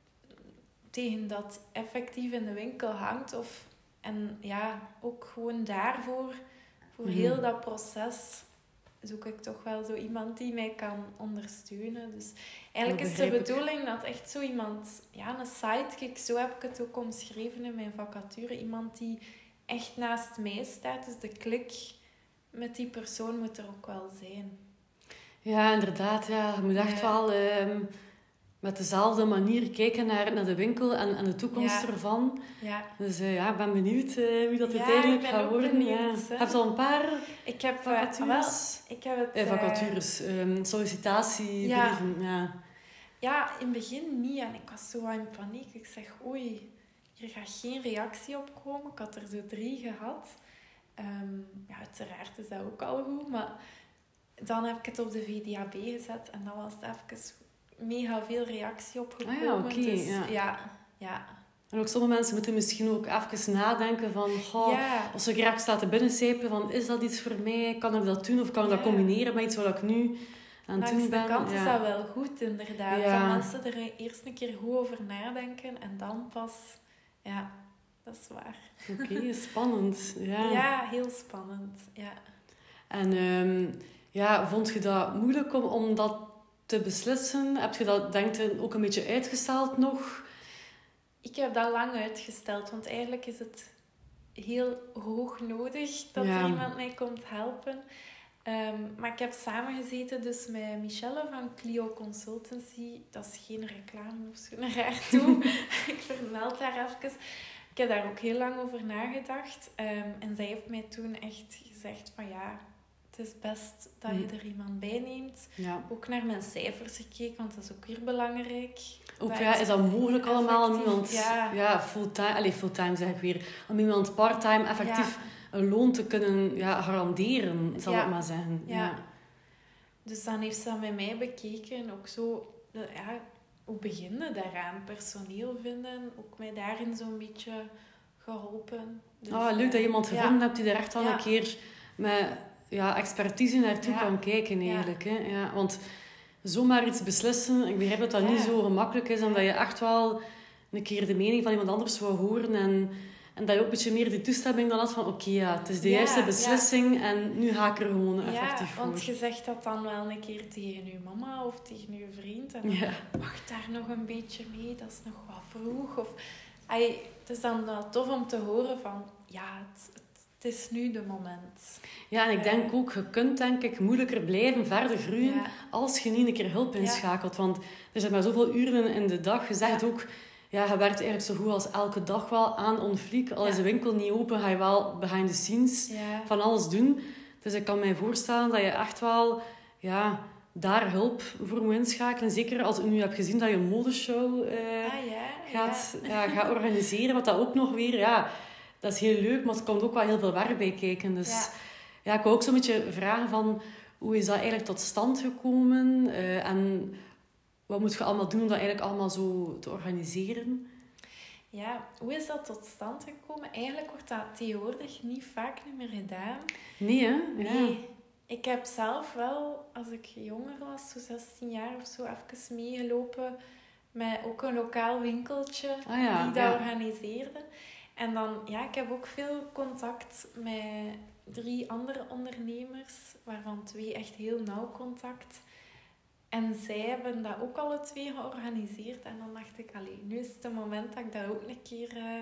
tegen dat effectief in de winkel hangt. Of, en ja, ook gewoon daarvoor, voor
Mhm.
heel dat proces, zoek ik toch wel zo iemand die mij kan ondersteunen. Dus eigenlijk
Dat
is de
begrijp ik.
bedoeling dat echt zo iemand, ja, een sidekick, zo heb ik het ook omschreven in mijn vacature, iemand die echt naast mij staat. Dus de klik met die persoon moet er ook wel zijn.
Ja, inderdaad. Ja. Je moet echt
Ja.
wel ehm, met dezelfde manier kijken naar, naar de winkel en, en de toekomst
Ja.
ervan.
Ja,
Dus eh, ja, ik ben benieuwd eh, wie dat
Ja,
uiteindelijk
ik ben
gaat
ook
worden.
benieuwd,
Ja.
hè.
Heb je al een paar
ik heb... eh,
vacatures?
wel, ik heb het...
Eh,
eh,
vacatures, ehm, sollicitatiebrieven. Ja.
Ja, in het begin niet. En ik was zo wat in paniek. Ik zeg, oei, hier gaat geen reactie op komen. Ik had er zo drie gehad. Ehm, ja, uiteraard is dat ook al goed. Maar dan heb ik het op de V D A B gezet. En dan was het even mega veel reactie op gekomen.
Ah ja, oké,
dus
ja.
ja, ja.
En ook sommige mensen moeten misschien ook even nadenken van... Goh,
ja.
Of ze graag staat te binnencijpen van... Is dat iets voor mij? Kan ik dat doen? Of kan ik dat
Ja.
combineren met iets wat ik nu aan het
Langs
doen
de
ben?
kant is
Ja.
dat wel goed, inderdaad.
Ja.
Dat mensen er eerst een keer goed over nadenken. En dan pas... Ja, dat is waar.
Oké, spannend. Ja.
Ja, heel spannend. Ja.
En ehm, Ja, vond je dat moeilijk om, om dat te beslissen? Heb je dat, denk je, ook een beetje uitgesteld nog?
Ik heb dat lang uitgesteld, want eigenlijk is het heel hoog nodig dat
Ja.
er iemand mij komt helpen. Um, maar ik heb samengezeten dus met Michelle van Clio Consultancy. Dat is geen reclame of zo naar haar toe. Ik vermeld haar even. Ik heb daar ook heel lang over nagedacht. Um, en zij heeft mij toen echt gezegd van ja, het is best dat je er iemand bij neemt.
Ja.
Ook naar mijn cijfers gekeken, want dat is ook weer belangrijk.
Ook ja, is dat mogelijk allemaal om iemand
ja.
Ja, fulltime, allez, fulltime zeg ik weer, om iemand parttime effectief ja. een loon te kunnen ja, garanderen, zal
ja.
ik maar zeggen.
Ja.
Ja.
Dus dan heeft ze dat met mij bekeken, ook zo, ja, hoe begin je daaraan? Personeel vinden, ook mij daarin zo'n beetje geholpen. Dus,
oh, leuk dat je iemand gevonden ja. hebt die er echt wel
ja.
een keer met ja, expertise naartoe
ja.
kan kijken eigenlijk.
Ja.
Hè? Ja, want zomaar iets beslissen, ik begrijp dat dat ja. niet zo gemakkelijk is, omdat je echt wel een keer de mening van iemand anders wil horen en, en dat je ook een beetje meer die toestemming dan had van oké, okay, ja, het is de ja, juiste beslissing ja. en nu ga ik er gewoon effectief
ja,
voor.
Want je zegt dat dan wel een keer tegen je mama of tegen je vriend en dan
ja.
wacht daar nog een beetje mee, dat is nog wat vroeg. Of, ay, het is dan wel tof om te horen van ja, het, het, het is nu de moment.
Ja, en ik denk ook, je kunt denk ik moeilijker blijven verder groeien ja. als je niet een keer hulp inschakelt. Ja. Want er zijn maar zoveel uren in de dag. Je zegt ja. ook, ja, je werkt eigenlijk zo goed als elke dag wel aan on fleek. Al is ja. de winkel niet open, ga je wel behind the scenes
ja.
van alles doen. Dus ik kan mij voorstellen dat je echt wel ja, daar hulp voor moet inschakelen. Zeker als je nu hebt gezien dat je een modeshow uh,
ah, ja.
gaat,
Ja.
ja, gaat organiseren. Wat dat ook nog weer... Ja, dat is heel leuk, maar er komt ook wel heel veel werk bij kijken. Dus ja, ja ik wou ook zo'n beetje vragen van... Hoe is dat eigenlijk tot stand gekomen? Uh, en wat moet je allemaal doen om dat eigenlijk allemaal zo te organiseren?
Ja, hoe is dat tot stand gekomen? Eigenlijk wordt dat tegenwoordig niet vaak niet meer gedaan.
Nee, hè? Ja.
Nee. Ik heb zelf wel, als ik jonger was, zo zestien jaar of zo, even meegelopen met ook een lokaal winkeltje
ah, ja,
die dat
ja.
organiseerde. En dan, ja, ik heb ook veel contact met drie andere ondernemers, waarvan twee echt heel nauw contact. En zij hebben dat ook alle twee georganiseerd. En dan dacht ik, allee, nu is het het moment dat ik dat ook een keer uh,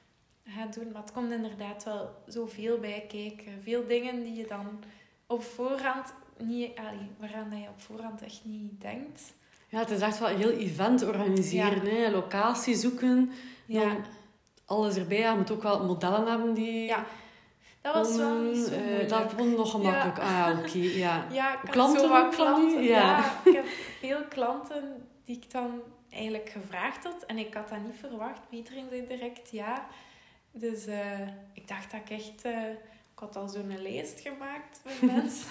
ga doen. Maar het komt inderdaad wel zoveel bij kijken. Veel dingen die je dan op voorhand niet, allee, waaraan dat je op voorhand echt niet denkt.
Ja, het is echt wel een heel event organiseren. Ja. Hè? Locatie zoeken.
Ja.
Alles erbij. Je moet ook wel modellen hebben die...
Ja. Dat was wel niet zo moeilijk.
Uh, dat vond ik nog gemakkelijk. Ja. Ah, oké. Okay, ja.
ja, ik
klanten
zo wat klanten.
Ja.
ja, ik heb veel klanten die ik dan eigenlijk gevraagd had. En ik had dat niet verwacht. Iedereen zei direct ja. Dus uh, ik dacht dat ik echt... Uh, ik had al zo'n lijst gemaakt met mensen.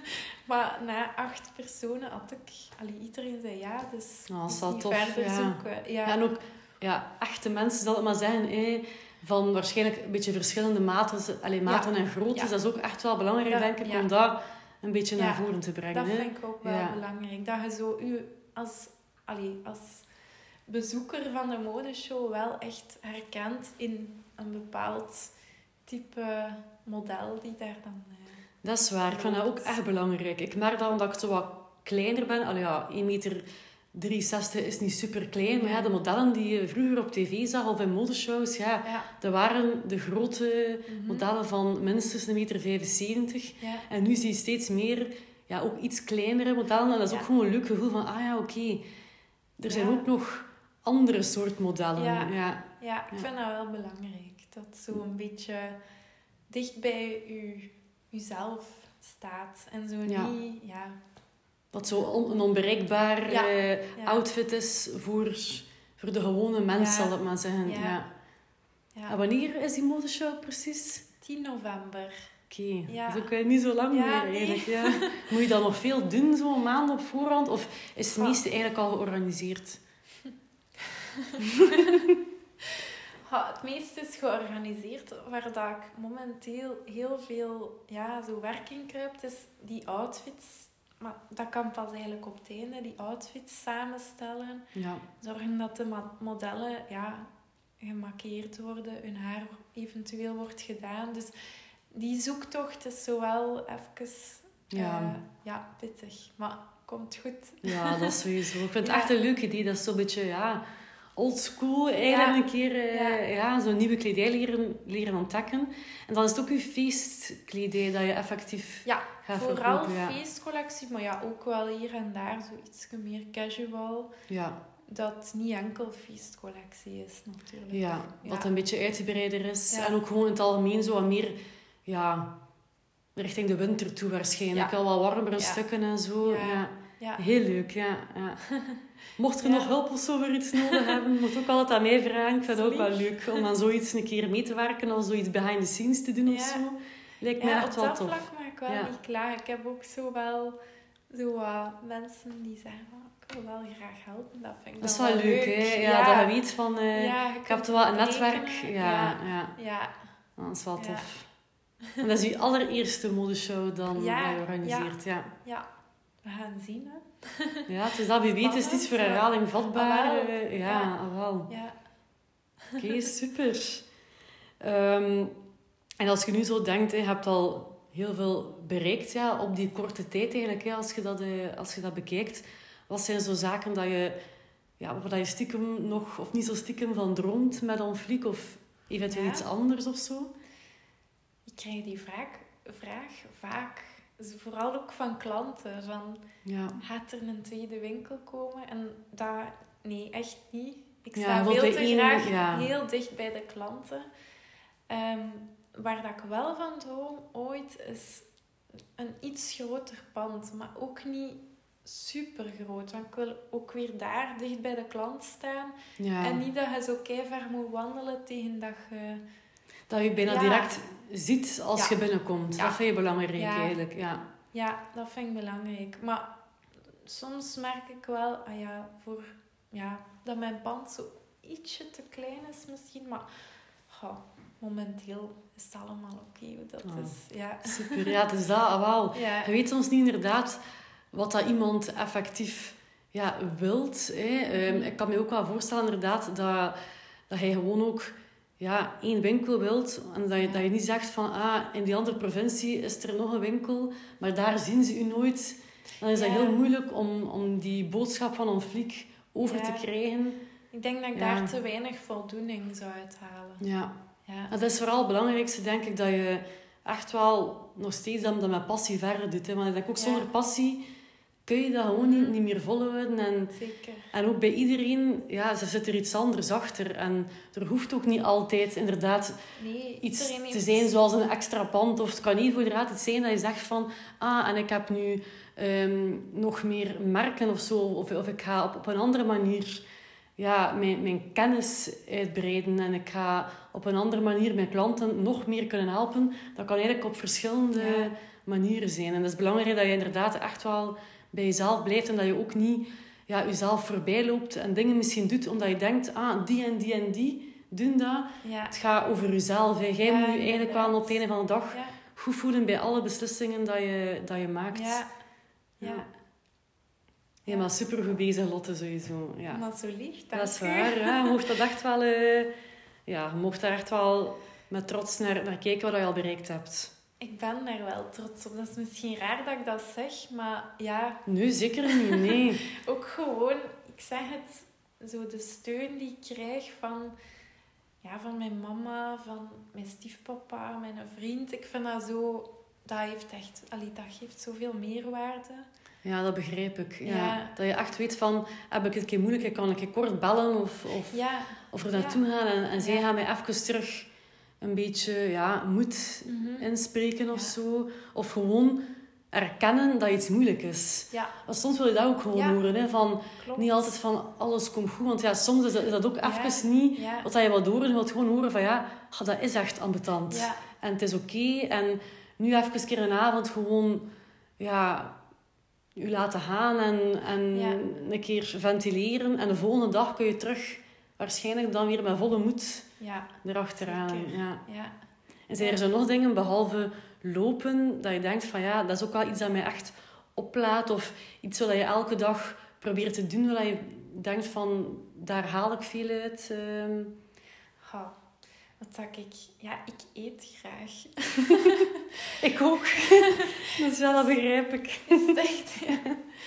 Maar na acht personen had ik... Allee, iedereen zei ja, dus
oh,
dus
dat
niet
tof,
verder
ja.
zoeken. Ja.
Ja, en ook ja, echte mensen, zal ik maar zeggen... Eh, van waarschijnlijk een beetje verschillende maten, allez, maten ja. en groottes. Ja. Dat is ook echt wel belangrijk, ja. denk ik, ja. om dat een beetje naar ja. voren te brengen.
Dat
hè?
vind ik ook wel ja. belangrijk. Dat je zo u als, allez, als bezoeker van de modeshow wel echt herkent in een bepaald type model die daar dan... Uh,
dat is waar. Ik vind dat ook echt belangrijk. Ik merk dan dat ik zo wat kleiner ben. Allee, ja, één meter driehonderdzestig is niet super klein, maar ja, de modellen die je vroeger op tv zag of in modeshows, ja,
ja.
dat waren de grote mm-hmm. modellen van minstens een meter vijfenzeventig.
Ja.
En nu zie je steeds meer, ja, ook iets kleinere modellen. En dat is ja. ook gewoon een leuk gevoel van, ah ja, oké, okay, er zijn ja. ook nog andere soort modellen.
Ja,
ja.
ja ik vind dat wel belangrijk. Dat zo een beetje dicht bij u, uzelf staat. En zo
ja.
niet, ja...
Wat zo on, een onbereikbaar
ja.
uh,
ja.
outfit is voor, voor de gewone mens, ja. zal ik maar zeggen.
Ja.
Ja.
Ja.
En wanneer is die modeshow precies?
tien november.
Oké, okay.
ja.
dus ook uh, niet zo lang
ja,
meer
nee.
eigenlijk. Ja. Moet je dan nog veel doen, zo'n maand op voorhand? Of is het meeste eigenlijk al georganiseerd?
Ja, het meeste is georganiseerd. Waar dat ik momenteel heel veel ja, zo werk in kruipt, is die outfits. Maar dat kan pas eigenlijk op het einde, die outfits samenstellen.
Ja.
Zorgen dat de modellen ja, gemarkeerd worden, hun haar eventueel wordt gedaan. Dus die zoektocht is zowel even
Ja.
Uh, ja, pittig. Maar komt goed.
Ja, dat is sowieso. Ik vind het
Ja.
echt een leuk idee. Dat is zo'n beetje, ja, old school eigenlijk
Ja.
een keer, uh,
Ja.
ja, zo'n nieuwe kledij leren, leren ontdekken. En dan is het ook je feestkledij dat je effectief
Ja,
gaat
vooral
verkopen. Ja.
feestcollectie, maar ja, ook wel hier en daar zoiets meer casual.
Ja.
Dat niet enkel feestcollectie is, natuurlijk.
Ja,
Ja.
dat een beetje uitgebreider is.
Ja.
En ook gewoon in het algemeen zo wat meer, ja, richting de winter toe waarschijnlijk.
Ja.
Al wat warmere
Ja.
stukken en zo.
Ja.
Ja.
Ja.
Heel leuk, ja. ja. Mocht je
Ja.
nog hulp of zo voor iets nodig hebben, moet ook altijd aan mij vragen. Ik vind het ook wel
Lief.
leuk om aan zoiets een keer mee te werken of zoiets behind the scenes te doen of
Ja.
zo. Lijkt me
Ja,
echt
op
wel
dat
tof.
vlak mag ik wel
Ja.
niet klagen. Ik heb ook zo wel zo wat mensen die zeggen van, ik wil wel graag helpen. Dat vind ik
Dat is
dan
wel leuk, hè? Ja,
Ja.
dat je weet van, uh,
Ja, je
ik heb
kunt
toch wel een
rekenen.
netwerk. Ja, ja.
Ja.
ja.
Ja.
Dat is wel
Ja.
tof. En dat is je allereerste modeshow dan
Ja,
dat je organiseert, ja.
Ja. We gaan zien, hè.
Ja, dus dat wie weet is het iets voor herhaling vatbaar.
Ah, wel.
eh, ja,
Ja.
ah, wel.
Ja.
Oké, super. Um, en als je nu zo denkt, je hebt al heel veel bereikt ja, op die korte tijd eigenlijk, hè, als, je dat, uh, als je dat bekijkt. Wat zijn zo zaken dat je, ja, waar je stiekem nog, of niet zo stiekem van droomt met On Fleek, of eventueel
Ja.
iets anders of zo?
Ik krijg die vraag, vraag vaak, dus vooral ook van klanten, van
Ja.
gaat er een tweede winkel komen? En dat, nee, echt niet. Ik
Ja,
sta
je wilt
veel
bij
te
één-
graag
ja.
heel dicht bij de klanten. Ehm, waar dat ik wel van droom ooit is een iets groter pand, maar ook niet super groot. Want ik wil ook weer daar dicht bij de klant staan.
Ja.
En niet dat je zo keihard moet wandelen tegen dat je...
Dat je bijna
Ja.
direct ziet als
Ja.
je binnenkomt.
Ja.
Dat vind je belangrijk
Ja.
eigenlijk, ja.
Ja, dat vind ik belangrijk. Maar soms merk ik wel, ah ja, voor, ja, dat mijn pand zo ietsje te klein is misschien. Maar goh, momenteel is het allemaal oké hoe dat
Oh.
is. Ja.
Super, ja, het is dat, ah, wel.
Ja.
Je weet soms niet inderdaad wat dat iemand effectief ja, wilt. Hè. Ehm, ik kan me ook wel voorstellen inderdaad dat, dat hij gewoon ook ja, één winkel wilt. En dat je,
Ja.
dat je niet zegt van ah, in die andere provincie is er nog een winkel, maar daar zien ze u nooit. Dan is dat
Ja.
heel moeilijk om, om die boodschap van On Fleek over
Ja.
te krijgen.
Ik denk dat ik
Ja.
daar te weinig voldoening zou uithalen.
Ja.
Ja.
En dat is vooral het belangrijkste, denk ik, dat je echt wel nog steeds dat, dat met passie verder doet. Hè. Want ik denk ook
Ja.
zonder passie kun je dat gewoon niet, niet meer volhouden. En,
Zeker.
en ook bij iedereen, ja, er zit er iets anders achter. En er hoeft ook niet altijd inderdaad
Nee,
iets
iedereen
te
heeft-
zijn zoals een extra pand. Of het kan niet voor de raad iets zijn dat je zegt van... Ah, en ik heb nu ehm, nog meer merken of zo. Of, of ik ga op, op een andere manier ja, mijn, mijn kennis uitbreiden. En ik ga op een andere manier mijn klanten nog meer kunnen helpen. Dat kan eigenlijk op verschillende
Ja.
manieren zijn. En het is belangrijk dat je inderdaad echt wel bij jezelf blijft. En dat je ook niet ja, jezelf voorbij loopt en dingen misschien doet omdat je denkt... Ah, die en die en die doen dat.
Ja.
Het gaat over jezelf. Hè. Jij
Ja,
moet je eigenlijk wel
inderdaad.
op het einde van de dag
Ja.
goed voelen bij alle beslissingen dat je, dat je maakt.
Ja. Ja.
Ja. Helemaal supergoed bezig, Lotte, sowieso. Ja.
Maar zo lief, dank
Dat is
u.
waar. Ja. Je mocht dat echt wel... eh, ja, je mocht daar echt wel met trots naar, naar kijken wat je al bereikt hebt.
Ik ben daar wel trots op. Dat is misschien raar dat ik dat zeg, maar ja,
Nee, zeker niet. Nee.
ook gewoon, ik zeg het, zo de steun die ik krijg van, ja, van mijn mama, van mijn stiefpapa, mijn vriend. Ik vind dat zo, dat heeft echt, allee, dat geeft zoveel meerwaarde.
Ja, dat begrijp ik. Ja.
Ja.
Dat je echt weet van, heb ik het een keer moeilijk, kan ik een keer kort bellen of, of,
Ja.
of er naartoe gaan. En, en zij
Ja.
gaan mij even terug een beetje ja, moed
Mhm.
inspreken of
Ja.
zo. Of gewoon erkennen dat iets moeilijk is.
Ja,
Want soms wil je dat ook gewoon
Ja.
horen. Hè? Van,
klopt.
niet altijd van alles komt goed. Want ja, soms is dat, is dat ook
Ja.
even niet
Ja.
wat je wilt horen. Je wilt gewoon horen van ja, ah, dat is echt ambetant.
Ja.
En het is oké. En nu even een keer een avond gewoon ja, je laten gaan en, en
Ja.
een keer ventileren. En de volgende dag kun je terug waarschijnlijk dan weer met volle moed
Ja.
erachteraan.
Zeker.
Ja.
Ja.
En zijn er zo nog dingen, behalve lopen, dat je denkt van ja, dat is ook wel iets dat mij echt oplaat. Of iets wat je elke dag probeert te doen, waar je denkt van, daar haal ik veel uit. ehm.
Goh. Wat dat ik... Ja, ik eet graag.
Ik ook. Dus ja, dat begrijp ik.
Is het echt, ja.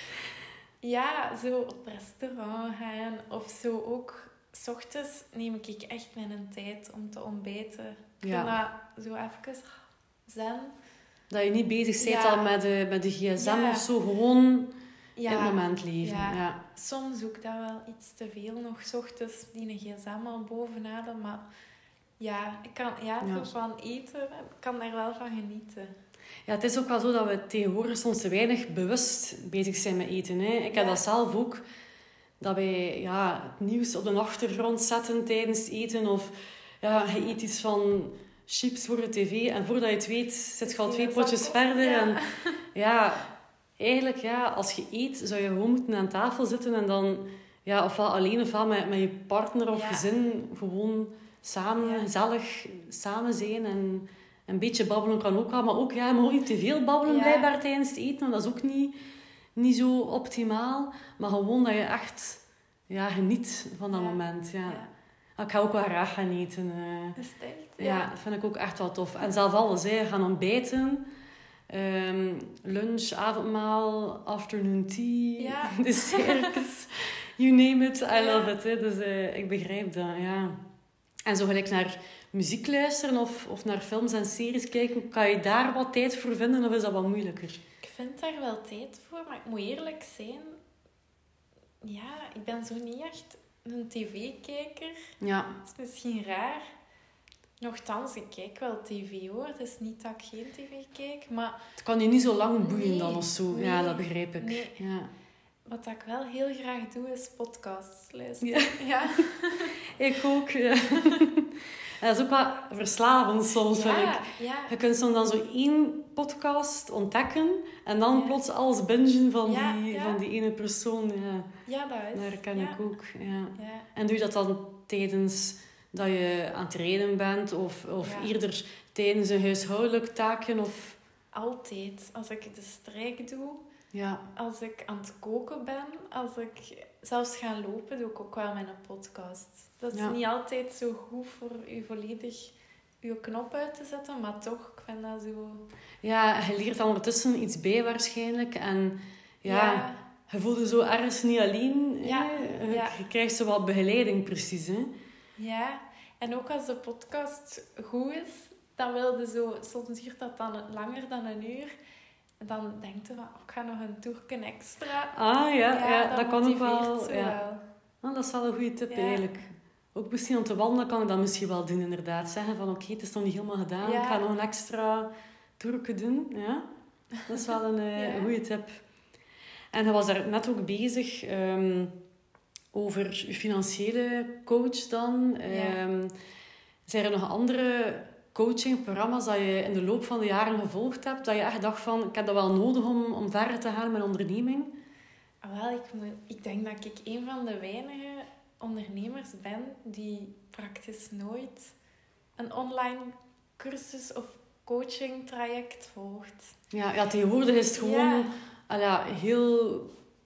Ja, zo op restaurant gaan of zo ook. 's Ochtends neem ik echt mijn tijd om te ontbijten. Ik
Ja.
vind dat zo even zen.
Dat je niet bezig bent
Ja.
al met de, met de gsm
Ja.
of zo. Gewoon
Ja.
in het moment leven.
Ja.
Ja.
Soms zoek ik dat wel iets te veel nog. 's Ochtends die een gsm al bovenaan. Maar ja, ik kan ja,
Ja.
zo van eten, ik kan daar wel van genieten.
Ja, het is ook wel zo dat we tegenwoordig soms te weinig bewust bezig zijn met eten. Hè. Ik heb
Ja.
dat zelf ook. Dat wij ja, het nieuws op de achtergrond zetten tijdens het eten. Of ja, je eet iets van chips voor de tv. En voordat je het weet, zit je al twee
Ja,
potjes
dat-
verder.
ja.
En ja, eigenlijk, ja, als je eet, zou je gewoon moeten aan tafel zitten. En dan, ja, ofwel alleen ofwel met, met je partner of
Ja.
gezin, gewoon samen,
Ja.
gezellig samen zijn. En een beetje babbelen kan ook wel. Maar ook, ja, je mag niet te veel babbelen
Ja.
blijkbaar tijdens het eten. Want dat is ook niet, niet zo optimaal. Maar gewoon dat je echt ja, geniet van dat
Ja.
moment. Ja.
Ja.
Ik ga ook wel graag gaan eten. eh.
Is het echt?
Ja, dat vind ik ook echt wel tof. En zelf alles, hè. Gaan ontbijten. Ehm, lunch, avondmaal, afternoon tea,
Ja.
desserts. You name it, I
Ja.
love it. Hè. Dus eh, ik begrijp dat, ja. En zo gelijk naar muziek luisteren of, of naar films en series kijken, kan je daar wat tijd voor vinden of is dat wat moeilijker?
Ik vind daar wel tijd voor, maar ik moet eerlijk zijn. Ja, ik ben zo niet echt een tv-kijker.
Ja,
Dat is misschien raar. Nochtans, ik kijk wel tv hoor. Het is niet dat ik geen tv kijk, maar
het kan je niet zo lang boeien
Nee,
dan of zo.
nee,
Ja, dat begrijp ik.
nee.
Ja.
wat ik wel heel graag doe, is podcasts luisteren.
Ja.
Ja,
Ik ook, ja. En dat is ook wel verslavend soms, vind ik.
ja, ja.
Je kunt soms dan zo één podcast ontdekken en dan
Ja.
plots alles bingen van,
Ja,
die,
ja.
van die ene persoon. Ja,
Ja, dat is.
dat ken
ja.
ik ook. Ja.
Ja.
En doe je dat dan tijdens dat je aan het rijden bent of, of
Ja.
eerder tijdens een huishoudelijk taakje? Of...
Altijd. Als ik de strijk doe,
Ja.
als ik aan het koken ben, als ik zelfs ga lopen, doe ik ook wel mijn podcast. Dat is
Ja.
niet altijd zo goed voor u volledig uw knop uit te zetten, maar toch, ik vind dat zo...
ja, je leert dan ondertussen iets bij waarschijnlijk. En ja,
Ja,
je voelt je zo ergens niet alleen.
Ja,
hè. Je,
ja.
je krijgt zo wat begeleiding precies. Hè.
ja. En ook als de podcast goed is, dan wil je zo... Soms duurt dat dan langer dan een uur. En dan denk je van, oh, ik ga nog een toerken extra.
Ah ja, ja, dat, kan ook
motiveert
wel.
zo
Ja.
wel.
Nou, dat is wel een goede tip
Ja.
eigenlijk. Ook misschien om te wandelen kan ik dat misschien wel doen, inderdaad. Zeggen van, oké, het is nog niet helemaal gedaan.
Ja.
Ik ga nog een extra toerke doen. Ja. Dat is wel een, eh,
Ja.
een goede tip. En je was daar net ook bezig ehm, over je financiële coach dan.
Ja.
Ehm, zijn er nog andere coachingprogramma's dat je in de loop van de jaren gevolgd hebt? Dat je echt dacht van, ik heb dat wel nodig om, om verder te gaan met mijn onderneming?
Ah, wel, ik, moet, ik denk dat ik een van de weinige ondernemers ben die praktisch nooit een online cursus of coaching traject volgt.
Ja, ja, tegenwoordig is het gewoon
Ja.
al ja, heel...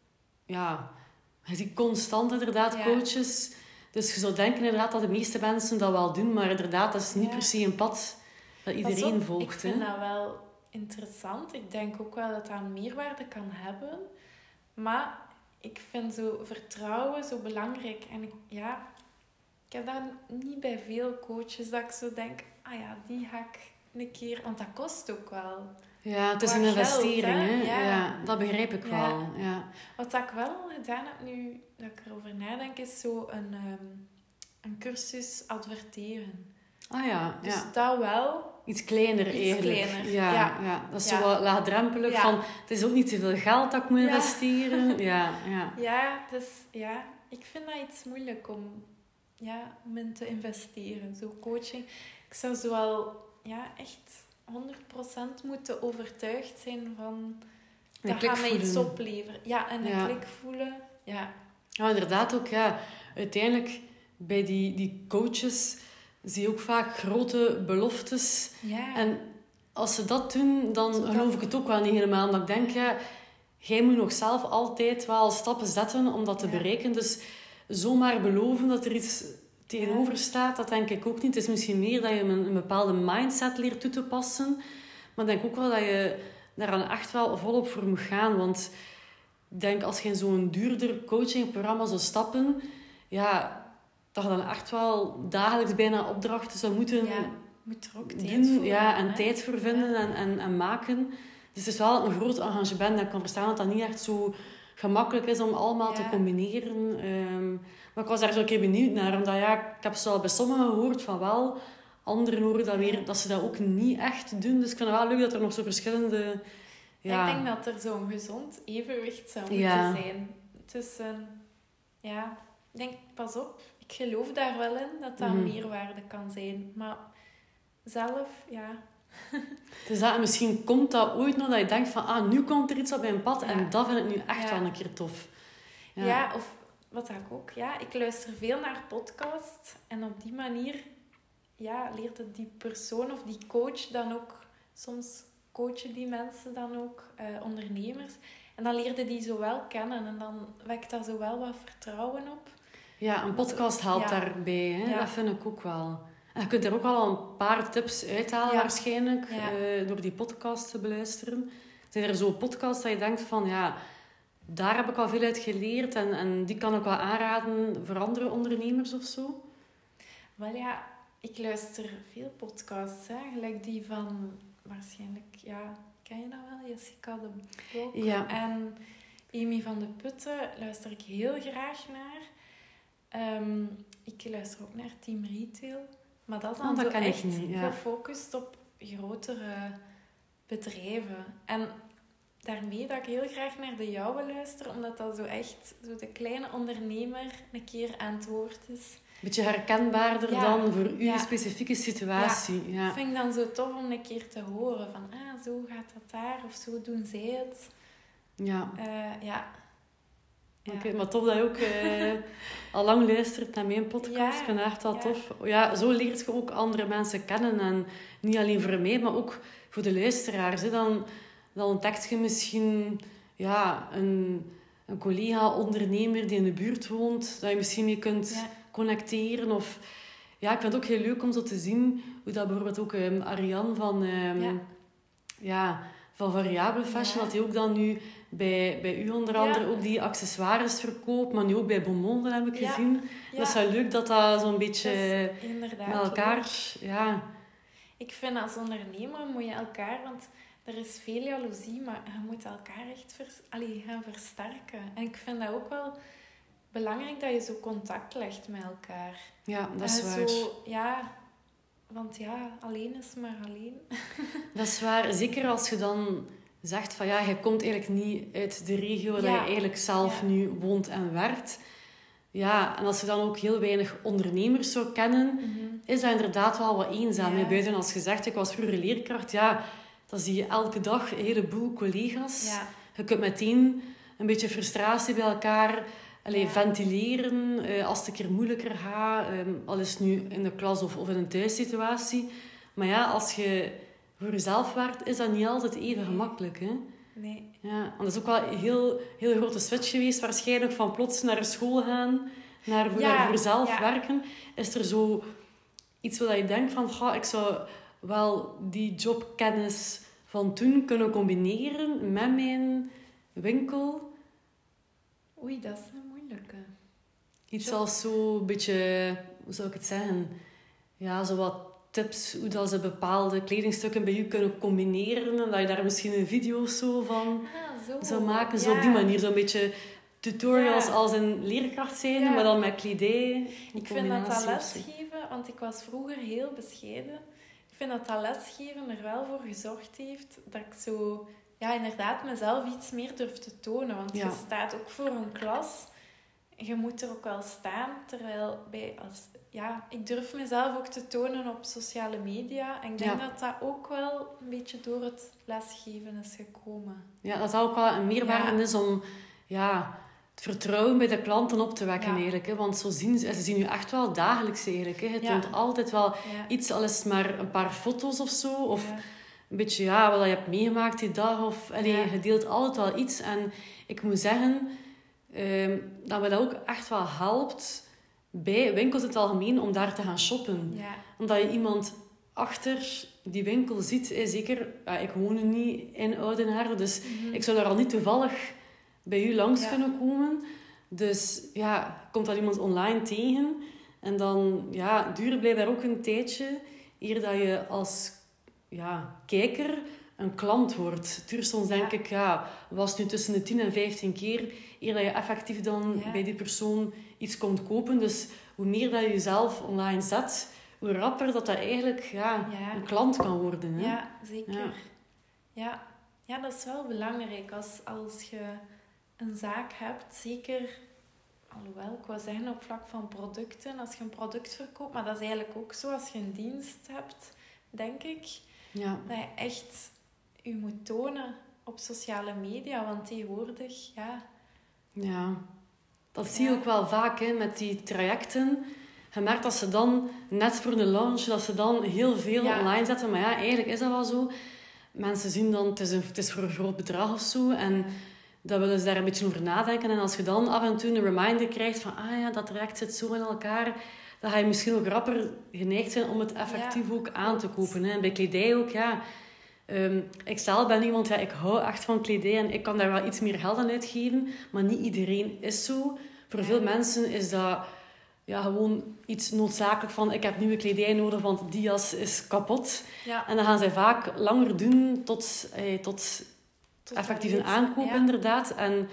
Ja, je ziet constant inderdaad
Ja.
coaches. Dus je zou denken inderdaad dat de meeste mensen dat wel doen, maar inderdaad, dat is niet
Ja.
per se een pad dat
Pas
iedereen
op,
volgt.
Ik vind
hè.
dat wel interessant. Ik denk ook wel dat dat een meerwaarde kan hebben. Maar ik vind zo vertrouwen zo belangrijk. En ik, ja, ik heb dat niet bij veel coaches dat ik zo denk, ah ja, die ga ik een keer... Want dat kost ook wel.
Ja, het is
Qua
een
geld,
investering.
hè?
Hè?
Ja.
Ja. Dat begrijp ik
Ja.
wel. Ja.
Wat ik wel gedaan heb nu dat ik erover nadenk, is zo een, ehm, een cursus adverteren.
Ah ja,
Dus
ja.
dat wel.
Iets kleiner
Iets
eigenlijk.
kleiner,
Ja,
ja.
ja. Dat is
Ja.
zo wat laagdrempelig.
Ja.
Van, het is ook niet te veel geld dat ik moet
Ja.
investeren. Ja, ja.
Ja, dus ja, ik vind dat iets moeilijk om, ja, om in te investeren. Zo coaching. Ik zou zo wel ja, echt honderd procent moeten overtuigd zijn van...
Een
Dat
klik
gaat mij iets
voelen.
opleveren. Ja, en een
Ja.
klik voelen. Ja.
Ja, inderdaad ook. Ja. Uiteindelijk, bij die, die coaches zie je ook vaak grote beloftes.
Ja.
En als ze dat doen, dan
Zodat-
geloof ik het ook wel niet helemaal. Omdat ik denk, ja, jij moet nog zelf altijd wel stappen zetten om dat te
Ja.
bereiken. Dus zomaar beloven dat er iets tegenover staat, dat denk ik ook niet. Het is misschien meer dat je een, een bepaalde mindset leert toe te passen. Maar ik denk ook wel dat je daar dan echt wel volop voor moet gaan. Want ik denk, als je in zo'n duurder coachingprogramma zou stappen, ja, dat je dan echt wel dagelijks bijna opdrachten zou moeten
Ja, moet er ook tijd
doen.
voor
Ja,
hebben,
en
hè.
tijd voor vinden
Ja.
en, en, en maken. Dus het is wel een groot engagement. En ik kan verstaan dat dat niet echt zo gemakkelijk is om allemaal
Ja.
te combineren. Ehm, maar ik was daar zo een keer benieuwd naar. Omdat ja, ik heb zo bij sommigen gehoord van wel. Anderen horen dat weer dat ze dat ook niet echt doen. Dus ik vind het wel leuk dat er nog zo verschillende... Ja,
Ik denk dat er zo'n gezond evenwicht zou moeten
Ja.
zijn. Tussen, ja, ik denk, pas op, ik geloof daar wel in dat dat
Mhm.
een meerwaarde kan zijn. Maar zelf, ja,
dus dat, misschien komt dat ooit nog dat je denkt van... Ah, nu komt er iets op mijn pad.
Ja.
En dat vind ik nu echt
Ja.
wel een keer tof.
Ja. of wat ik ook, ja, ik luister veel naar podcasts en op die manier ja, leert het die persoon of die coach dan ook, soms coachen die mensen dan ook, eh, ondernemers, en dan leerde die zo wel kennen en dan wekt daar zo wel wat vertrouwen op.
Ja, een podcast helpt
Ja.
daarbij. Hè?
Ja.
Dat vind ik ook wel. En je kunt er ook wel een paar tips uithalen
Ja.
waarschijnlijk.
Ja.
eh, door die podcast te beluisteren. Zijn er zo podcasts dat je denkt van... Ja, daar heb ik al veel uit geleerd. En, en die kan ik wel aanraden voor andere ondernemers of zo.
Wel ja, ik luister veel podcasts, hè, gelijk die van, waarschijnlijk, ja, ken je dat wel? Jessica de Blok.
Ja.
En Amy van de Putten luister ik heel graag naar. Ehm, ik luister ook naar Team Retail. Maar dat is dan
Oh, dat
zo
ken ik
echt
niet, ja.
gefocust op grotere bedrijven. En daarmee dat ik heel graag naar de jouwe luister, omdat dat zo echt zo de kleine ondernemer een keer aan het woord is.
Beetje herkenbaarder
Ja.
dan voor uw
Ja.
specifieke situatie. Ja.
Dat vind ik dan zo tof om een keer te horen. Van, ah, zo gaat dat daar. Of zo doen zij het.
Ja.
Eh, ja. Ja.
Oké, maar tof dat je ook eh, al lang luistert naar mijn podcast.
Ja,
Ik vind het echt wel
ja.
tof. Ja, zo leert je ook andere mensen kennen. En niet alleen voor mij, maar ook voor de luisteraars. Hè. Dan, dan ontdekt je misschien ja, een, een collega-ondernemer die in de buurt woont, dat je misschien mee kunt
Ja.
connecteren. Of, ja, ik vind het ook heel leuk om zo te zien hoe dat bijvoorbeeld ook um, Ariane van... Um,
Ja.
ja, van Variabele Fashion,
Ja.
dat hij ook dan nu bij, bij u onder andere
Ja.
ook die accessoires verkoopt, maar nu ook bij Beaumonde heb ik
Ja.
gezien.
Ja,
Dat is wel leuk dat dat zo'n beetje
dat is inderdaad
met elkaar...
leuk.
Ja,
Ik vind als ondernemer moet je elkaar... Want er is veel jaloezie, maar je moet elkaar echt vers, allee, gaan versterken. En ik vind dat ook wel belangrijk dat je zo contact legt met elkaar.
ja, dat is
En
waar.
Zo, ja, want ja, alleen is maar alleen.
Dat is waar. Zeker als je dan zegt van ja, je komt eigenlijk niet uit de regio waar
Ja.
je eigenlijk zelf
Ja.
nu woont en werkt. Ja, en als je dan ook heel weinig ondernemers zou kennen, is dat inderdaad wel wat eenzaam.
Ja.
hè. Buiten als gezegd, ik was vroeger leerkracht, ja, dan zie je elke dag een heleboel collega's.
Ja,
Je kunt meteen een beetje frustratie bij elkaar allee,
Ja.
ventileren eh, als het een keer moeilijker gaat. eh, al is het nu in de klas of, of in een thuissituatie. Maar ja, als je voor jezelf werkt, is dat niet altijd even
Nee.
gemakkelijk. Hè?
nee.
Ja, want dat is ook wel een heel, heel grote switch geweest. Waarschijnlijk van plots naar school gaan, naar voor,
Ja,
voor zelf
ja.
werken. Is er zo iets wat je denkt van... Ga, ik zou wel die jobkennis van toen kunnen combineren met mijn winkel.
Oei, dat is een moeilijke.
Iets
Job.
als zo een beetje... Hoe zou ik het zeggen? Ja, zo wat tips hoe dat ze bepaalde kledingstukken bij u kunnen combineren. En dat je daar misschien een video of zo van
Ah, zo.
zou maken. Zo
Ja.
op die manier. Zo'n beetje tutorials
Ja.
als een leerkracht zijn,
Ja.
maar dan met kledij. een
Ik vind dat dat
combinatie of zo.
lesgeven, want ik was vroeger heel bescheiden. Ik vind dat dat lesgeven er wel voor gezorgd heeft dat ik zo, ja, inderdaad mezelf iets meer durf te tonen. Want
Ja.
je staat ook voor een klas. Je moet er ook wel staan. Terwijl bij, als, ja, ik durf mezelf ook te tonen op sociale media. En ik denk
Ja.
dat dat ook wel een beetje door het lesgeven is gekomen.
Ja, dat dat ook wel een meerwaarde
Ja.
is om ja, het vertrouwen bij de klanten op te wekken
Ja.
eigenlijk. Hè. Want zo zien ze, ze zien u echt wel dagelijks eigenlijk. Hè. Je
Ja.
toont altijd wel
Ja.
iets, al is het maar een paar foto's of zo. Of
Ja.
een beetje ja, wat je hebt meegemaakt die dag. Of, allee,
Ja.
je deelt altijd wel iets. En ik moet zeggen ehm, dat me dat ook echt wel helpt bij winkels in het algemeen om daar te gaan shoppen.
Ja.
Omdat je iemand achter die winkel ziet. Eh, zeker, ja, ik woon nu niet in Oudenaarde, dus
Mm-hmm.
ik zou daar al niet toevallig bij u langs
Ja.
kunnen komen. Dus ja, komt dat iemand online tegen. En dan ja, duurt het blijkbaar ook een tijdje eer dat je als ja, kijker een klant wordt. Het duurt soms, denk
Ja.
ik, ja, was nu tussen de tien en vijftien keer eer dat je effectief dan
Ja.
bij die persoon iets komt kopen. Dus hoe meer dat je jezelf online zet, hoe rapper dat dat eigenlijk ja,
Ja.
een klant kan worden. Hè?
Ja, zeker.
Ja.
Ja. Ja, dat is wel belangrijk. Als, als je een zaak hebt, zeker... Alhoewel, ik wou zeggen op vlak van producten. Als je een product verkoopt, maar dat is eigenlijk ook zo als je een dienst hebt, denk ik.
Ja.
Dat je echt je moet tonen op sociale media. Want tegenwoordig, ja...
Ja, dat zie je
Ja.
ook wel vaak hè, met die trajecten. Je merkt dat ze dan, net voor de launch, dat ze dan heel veel
Ja.
online zetten. Maar ja, eigenlijk is dat wel zo. Mensen zien dan, het is, een, het is voor een groot bedrag of zo. En dan willen ze daar een beetje over nadenken. En als je dan af en toe een reminder krijgt van... Ah ja, dat traject zit zo in elkaar. Dan ga je misschien ook rapper geneigd zijn om het effectief
Ja,
ook aan te
klopt.
kopen. Hè. En bij kledij ook, ja... Um, ik zelf ben iemand, ja, ik hou echt van kledij en ik kan daar wel iets meer geld aan uitgeven. Maar niet iedereen is zo. Voor
Ja.
veel mensen is dat ja, gewoon iets noodzakelijk van... Ik heb nieuwe kledij nodig, want die jas is kapot.
Ja,
En dan gaan zij vaak langer doen tot, eh, tot
tot
effectief
dat
een
weet.
aankoop,
Ja.
inderdaad. En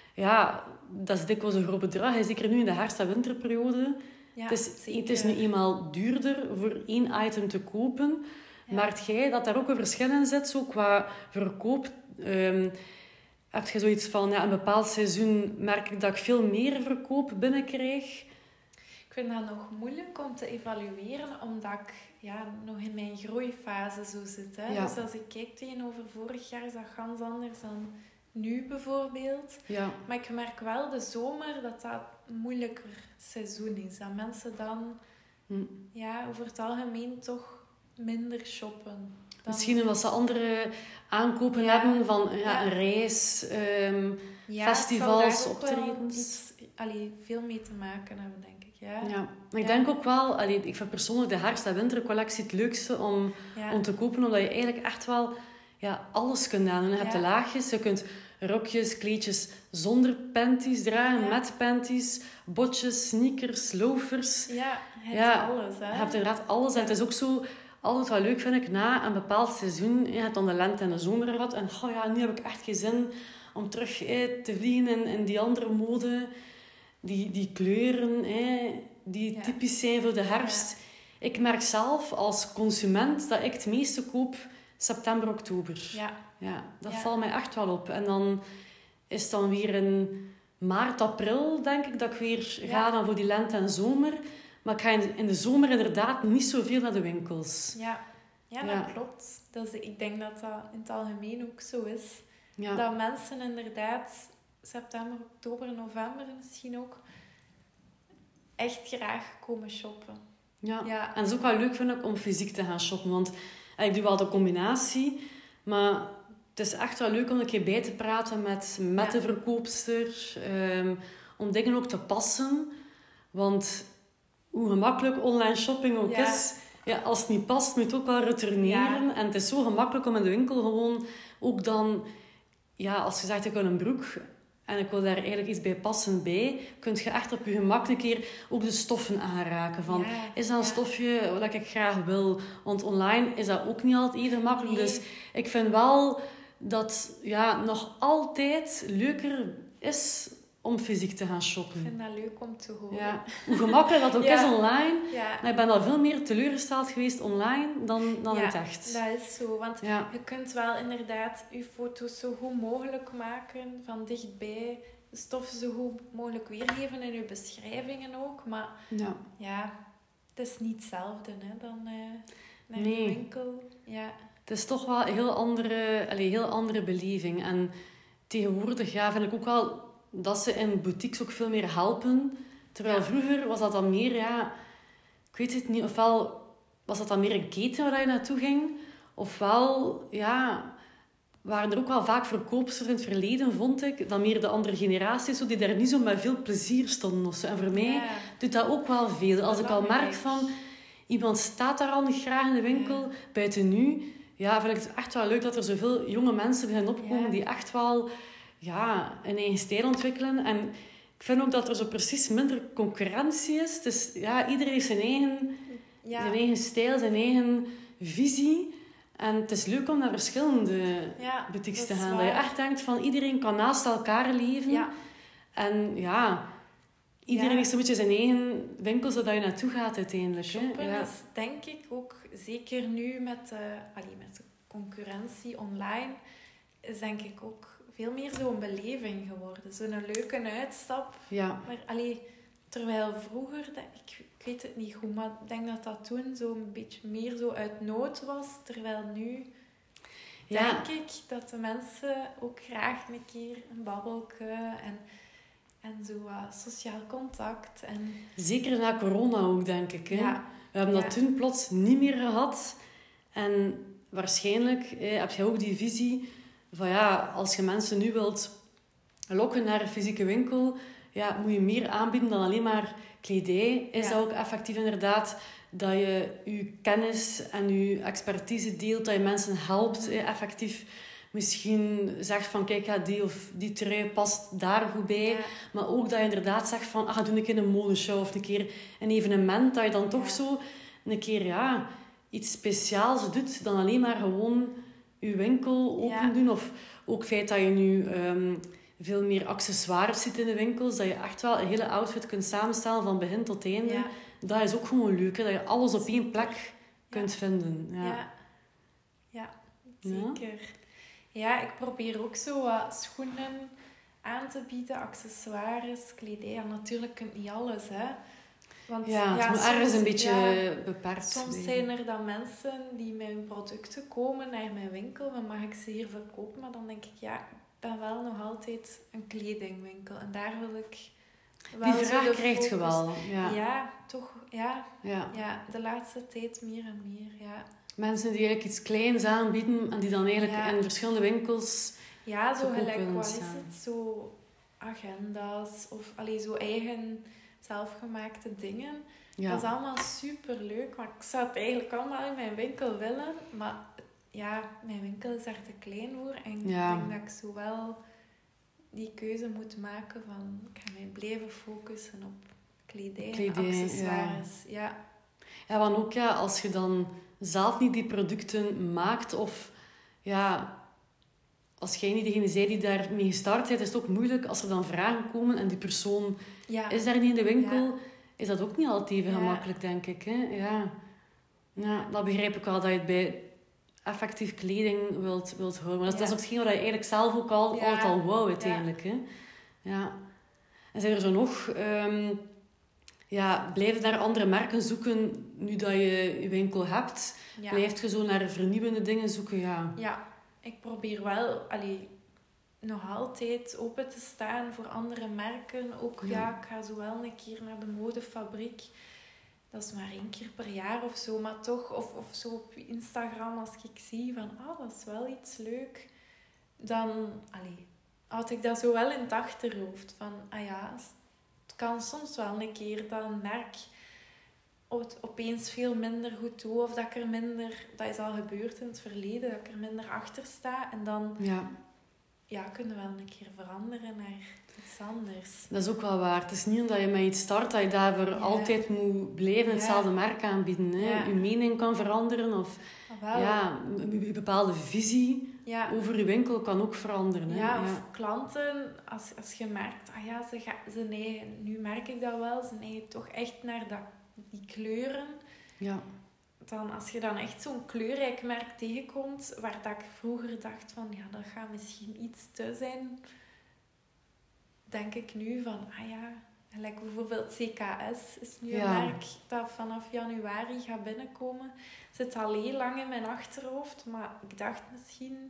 ja, dat is dikwijls een groot bedrag. hè. Zeker nu in de herfst- en winterperiode.
Ja,
het, is,
zeker.
het is nu eenmaal duurder voor één item te kopen.
Ja.
Merkt jij dat daar ook een verschil in zit, zo qua verkoop? Um, heb je zoiets van, ja, een bepaald seizoen merk ik dat ik veel meer verkoop binnenkrijg?
Ik vind dat nog moeilijk om te evalueren, omdat ik ja, nog in mijn groeifase zo zit. Hè?
Ja.
Dus als ik kijk tegenover vorig jaar, is dat ganz anders dan nu bijvoorbeeld.
Ja,
Maar ik merk wel de zomer dat dat een moeilijker seizoen is. Dat mensen dan
hm.
ja, over het algemeen toch minder shoppen. Dan...
Misschien omdat ze andere aankopen
Ja.
hebben van ja,
Ja.
een reis, um,
ja,
festivals,
het zal daar ook wel
optredens.
Iets, allee, veel mee te maken hebben, denk ik. Ja.
Ja, maar ik
Ja.
denk ook wel, allee, ik vind persoonlijk de herfst- en wintercollectie het leukste om,
Ja.
om te kopen, omdat je eigenlijk echt wel ja, alles kunt aandoen. Je hebt
Ja.
de laagjes, je kunt rokjes, kleedjes zonder panties dragen,
Ja.
met panties, botjes, sneakers, loafers.
Ja, het
Ja,
alles. Hè?
Je hebt inderdaad alles. En het is ook zo, altijd wel leuk vind ik, na een bepaald seizoen, je hebt dan de lente en de zomer gehad, en oh ja, nu heb ik echt geen zin om terug eh, te vliegen in, in die andere mode. Die, die kleuren, eh, die
Ja.
typisch zijn voor de herfst. Ik merk zelf als consument dat ik het meeste koop september, oktober.
Ja,
Ja, dat
Ja.
valt mij echt wel op. En dan is het dan weer in maart, april, denk ik, dat ik weer
Ja.
ga dan voor die lente en zomer. Maar ik ga in, in de zomer inderdaad niet zoveel naar de winkels.
ja. ja, dat
Ja.
klopt. Dat is, ik denk dat dat in het algemeen ook zo is.
Ja,
Dat mensen inderdaad september, oktober, november misschien ook echt graag komen shoppen.
ja.
Ja,
En het is ook wel leuk, vind ik, om fysiek te gaan shoppen. Want eh, ik doe wel de combinatie, maar het is echt wel leuk om een keer bij te praten met, met
Ja.
de verkoopster. ehm, om dingen ook te passen. Want hoe gemakkelijk online shopping ook
Ja.
is, ja, als het niet past, moet je het ook wel retourneren.
Ja.
En het is zo gemakkelijk om in de winkel gewoon ook dan... Ja, als je zegt, ik wil een broek en ik wil daar eigenlijk iets bij passen bij, kun je echt op je gemak een keer ook de stoffen aanraken. Van,
Ja,
is dat een
ja.
stofje wat ik graag wil? Want online is dat ook niet altijd even makkelijk.
Nee.
Dus ik vind wel dat ja, nog altijd leuker is om fysiek te gaan
ik
shoppen.
vind dat leuk om te horen.
Ja. Hoe gemakkelijk dat ook
Ja.
is online.
Ja.
Maar ik ben al veel meer teleurgesteld geweest online dan, dan in
Ja,
het echt.
dat is zo. Want
Ja.
je kunt wel inderdaad je foto's zo goed mogelijk maken, van dichtbij. De stof zo goed mogelijk weergeven in je beschrijvingen ook. Maar
Ja.
ja, het is niet hetzelfde hè, dan eh, naar
Nee.
de winkel. Ja.
Het is toch wel een heel andere, allez, heel andere beleving. En tegenwoordig ja, vind ik ook wel dat ze in boutiques ook veel meer helpen. Terwijl
Ja.
vroeger was dat dan meer, ja... Ik weet het niet, ofwel was dat dan meer een keten waar je naartoe ging. Ofwel, ja... waren er ook wel vaak verkoopsters in het verleden, vond ik, dan meer de andere generaties, zo, die daar niet zo met veel plezier stonden. Of zo. En voor mij
Ja.
doet dat ook wel veel. Als ik al merk van, iemand staat daar al niet graag in de winkel, ja. buiten nu, ja, vind ik het echt wel leuk dat er zoveel jonge mensen beginnen opkomen ja. die echt wel ja, een eigen stijl ontwikkelen. En ik vind ook dat er zo precies minder concurrentie is. Dus ja, iedereen heeft zijn eigen, ja. zijn eigen stijl, zijn eigen visie. En het is leuk om naar verschillende
ja,
boutiques te gaan. Dat je echt denkt van iedereen kan naast elkaar leven. Ja. En ja, iedereen ja. heeft zo'n beetje zijn eigen winkel zodat je naartoe gaat uiteindelijk.
Shoppen
hè? Ja.
is denk ik ook, zeker nu met de, allee, met de concurrentie online, is denk ik ook veel meer zo'n beleving geworden. Zo'n leuke uitstap.
Ja.
Maar allee, terwijl vroeger, ik, ik weet het niet goed, maar ik denk dat dat toen zo'n beetje meer zo uit nood was. Terwijl nu ja. denk ik dat de mensen ook graag een keer een babbelke en, en zo uh, sociaal contact. En...
Zeker na corona ook, denk ik. Hè?
Ja.
We hebben dat
ja.
toen plots niet meer gehad. En waarschijnlijk eh, heb je ook die visie van ja, als je mensen nu wilt lokken naar een fysieke winkel, ja, moet je meer aanbieden dan alleen maar kledij. Is ja. dat ook effectief inderdaad dat je je kennis en je expertise deelt, dat je mensen helpt, eh, effectief misschien zegt van kijk, ja, die of die trui past daar goed bij. Ja. Maar ook dat je inderdaad zegt van, ah, ga doe een keer een modeshow of een keer een evenement, dat je dan toch ja. zo een keer ja, iets speciaals doet dan alleen maar gewoon je winkel open ja. doen. Of ook het feit dat je nu um, veel meer accessoires ziet in de winkels, dat je echt wel een hele outfit kunt samenstellen van begin tot einde. Ja. Dat is ook gewoon leuk, hè? Dat je alles op één plek kunt ja. vinden. Ja.
Ja. ja, zeker. Ja? ja, ik probeer ook zo wat schoenen aan te bieden, accessoires, kledij. Ja, natuurlijk kun je niet alles, hè. Want,
ja, het ja, moet ergens een beetje ja, beperkt.
Soms zijn. zijn er dan mensen die met hun producten komen naar mijn winkel. Dan mag ik ze hier verkopen. Maar dan denk ik, ja, ik ben wel nog altijd een kledingwinkel. En daar wil ik wel
die vraag krijg je wel.
Ja, ja toch. Ja,
ja.
ja, de laatste tijd meer en meer, ja.
Mensen die eigenlijk iets kleins aanbieden. En die dan eigenlijk ja. in verschillende winkels
ja, zo gelijk, wat is het? Zo agenda's. Of allee, zo eigen... zelfgemaakte dingen. Ja. Dat is allemaal superleuk. Maar ik zou het eigenlijk allemaal in mijn winkel willen. Maar ja, mijn winkel is daar te klein voor. En ja. ik denk dat ik zo wel die keuze moet maken van... Ik ga mij blijven focussen op kledij, kledij en accessoires. Ja. Ja.
ja, want ook ja, als je dan zelf niet die producten maakt of... ja. Als jij niet degene zij die daarmee gestart heeft, is het ook moeilijk als er dan vragen komen en die persoon ja. is daar niet in de winkel. Ja. Is dat ook niet altijd even ja. gemakkelijk, denk ik. Hè? Ja. Ja, dat begrijp ik wel, dat je het bij effectief kleding wilt, wilt houden. Maar dat, ja. dat is ook hetgeen wat je eigenlijk zelf ook al, ja. altijd al wou, uiteindelijk. Ja. Hè? Ja. En zijn er zo nog... Um, ja, blijf naar andere merken zoeken nu dat je je winkel hebt? Ja. Blijf je zo naar vernieuwende dingen zoeken? Ja.
Ja. Ik probeer wel allee, nog altijd open te staan voor andere merken. Ook ja. ja, ik ga zo wel een keer naar de modefabriek. Dat is maar één keer per jaar of zo. Maar toch, of, of zo op Instagram, als ik zie van, ah, dat is wel iets leuk. Dan allee, houd ik dat zo wel in het achterhoofd. Van, ah ja, het kan soms wel een keer dat een merk... het opeens veel minder goed doe of dat ik er minder... Dat is al gebeurd in het verleden, dat ik er minder achter sta. En dan
ja.
Ja, kunnen we wel een keer veranderen naar iets anders.
Dat is ook wel waar. Het is niet omdat je met iets start dat je daarvoor ja. altijd moet blijven hetzelfde ja. merk aanbieden. Hè. Ja. Je mening kan veranderen of
ah,
ja, je bepaalde visie ja. over je winkel kan ook veranderen. Hè.
Ja,
ja,
of klanten, als, als je merkt, ah ja, ze, ga, ze neigen, nu merk ik dat wel, ze neigen toch echt naar dat die kleuren.
Ja.
Dan, als je dan echt zo'n kleurrijk merk tegenkomt, waar dat ik vroeger dacht van, ja, dat gaat misschien iets te zijn, denk ik nu van, ah ja, gelijk bijvoorbeeld C K S is nu ja. een merk dat vanaf januari gaat binnenkomen. Zit al heel lang in mijn achterhoofd, maar ik dacht misschien,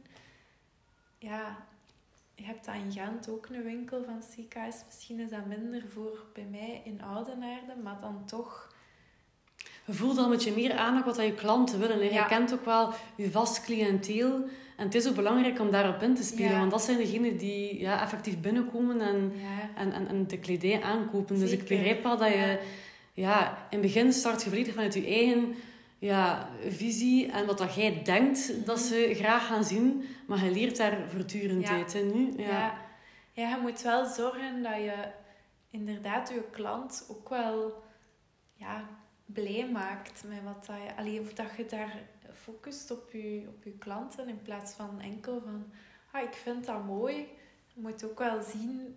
ja, je hebt dat in Gent ook een winkel van C K S. Misschien is dat minder voor bij mij in Oudenaarde, maar dan toch...
je voelt al een beetje meer aandacht wat je klanten willen. En
Ja.
je kent ook wel je vast cliënteel. En het is ook belangrijk om daarop in te spelen.
Ja.
Want dat zijn degenen die ja, effectief binnenkomen en,
Ja.
en, en, en de kledij aankopen. Dus ik
Zeker.
begrijp wel dat je...
Ja.
Ja, in het begin start je volledig vanuit je eigen ja, visie. En wat dat jij denkt dat ze graag gaan zien. Maar je leert daar voortdurend
Ja.
uit. Hè, nu. Ja.
Ja. Ja, je moet wel zorgen dat je inderdaad je klant ook wel ja, blij maakt met wat dat je... Allee, of dat je daar focust op je, op je klanten in plaats van enkel van... Ah, ik vind dat mooi. Je moet ook wel zien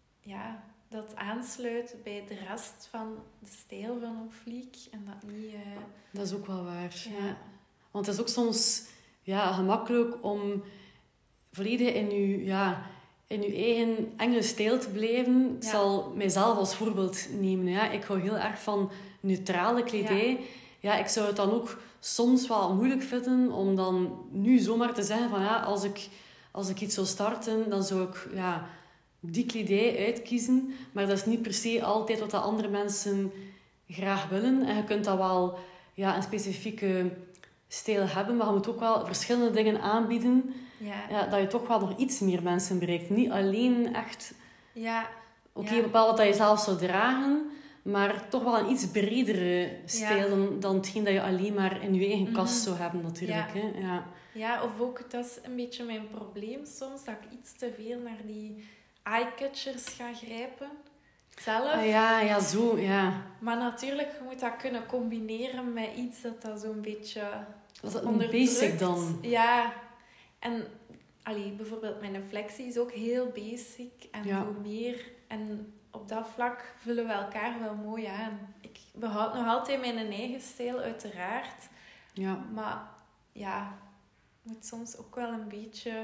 ja, dat het aansluit bij de rest van de stijl van een fliek. En dat niet... eh,
Dat is ook wel waar.
Ja.
Ja. Want het is ook soms ja, gemakkelijk om volledig in je, ja, in je eigen enge stijl te blijven. Ik
Ja.
zal mijzelf als voorbeeld nemen. Ja. Ik hou heel erg van neutrale kledij. Ja. Ja, ik zou het dan ook soms wel moeilijk vinden om dan nu zomaar te zeggen van ja, als ik, als ik iets zou starten, dan zou ik ja, die kledij uitkiezen. Maar dat is niet per se altijd wat de andere mensen graag willen. En je kunt dat wel ja, een specifieke stijl hebben, maar je moet ook wel verschillende dingen aanbieden.
ja.
Ja, dat je toch wel nog iets meer mensen bereikt. Niet alleen echt,
Ja.
oké,
Ja.
bepaal wat dat je zelf zou dragen, maar toch wel een iets bredere stijl
Ja.
dan, dan hetgeen dat je alleen maar in je eigen
Mhm.
kast zou hebben natuurlijk.
Ja.
Hè? Ja.
Ja, of ook, dat is een beetje mijn probleem soms, dat ik iets te veel naar die eye-catchers ga grijpen. Zelf.
Ah, ja, ja, zo, ja.
Maar natuurlijk, je moet dat kunnen combineren met iets dat dat zo'n beetje
Dat is een
onderdrukt.
basic dan.
Ja. En allee, bijvoorbeeld mijn flexie is ook heel basic. En
Ja.
hoe meer... En op dat vlak vullen we elkaar wel mooi aan. Ik behoud nog altijd mijn eigen stijl, uiteraard.
Ja.
Maar ja, je moet soms ook wel een beetje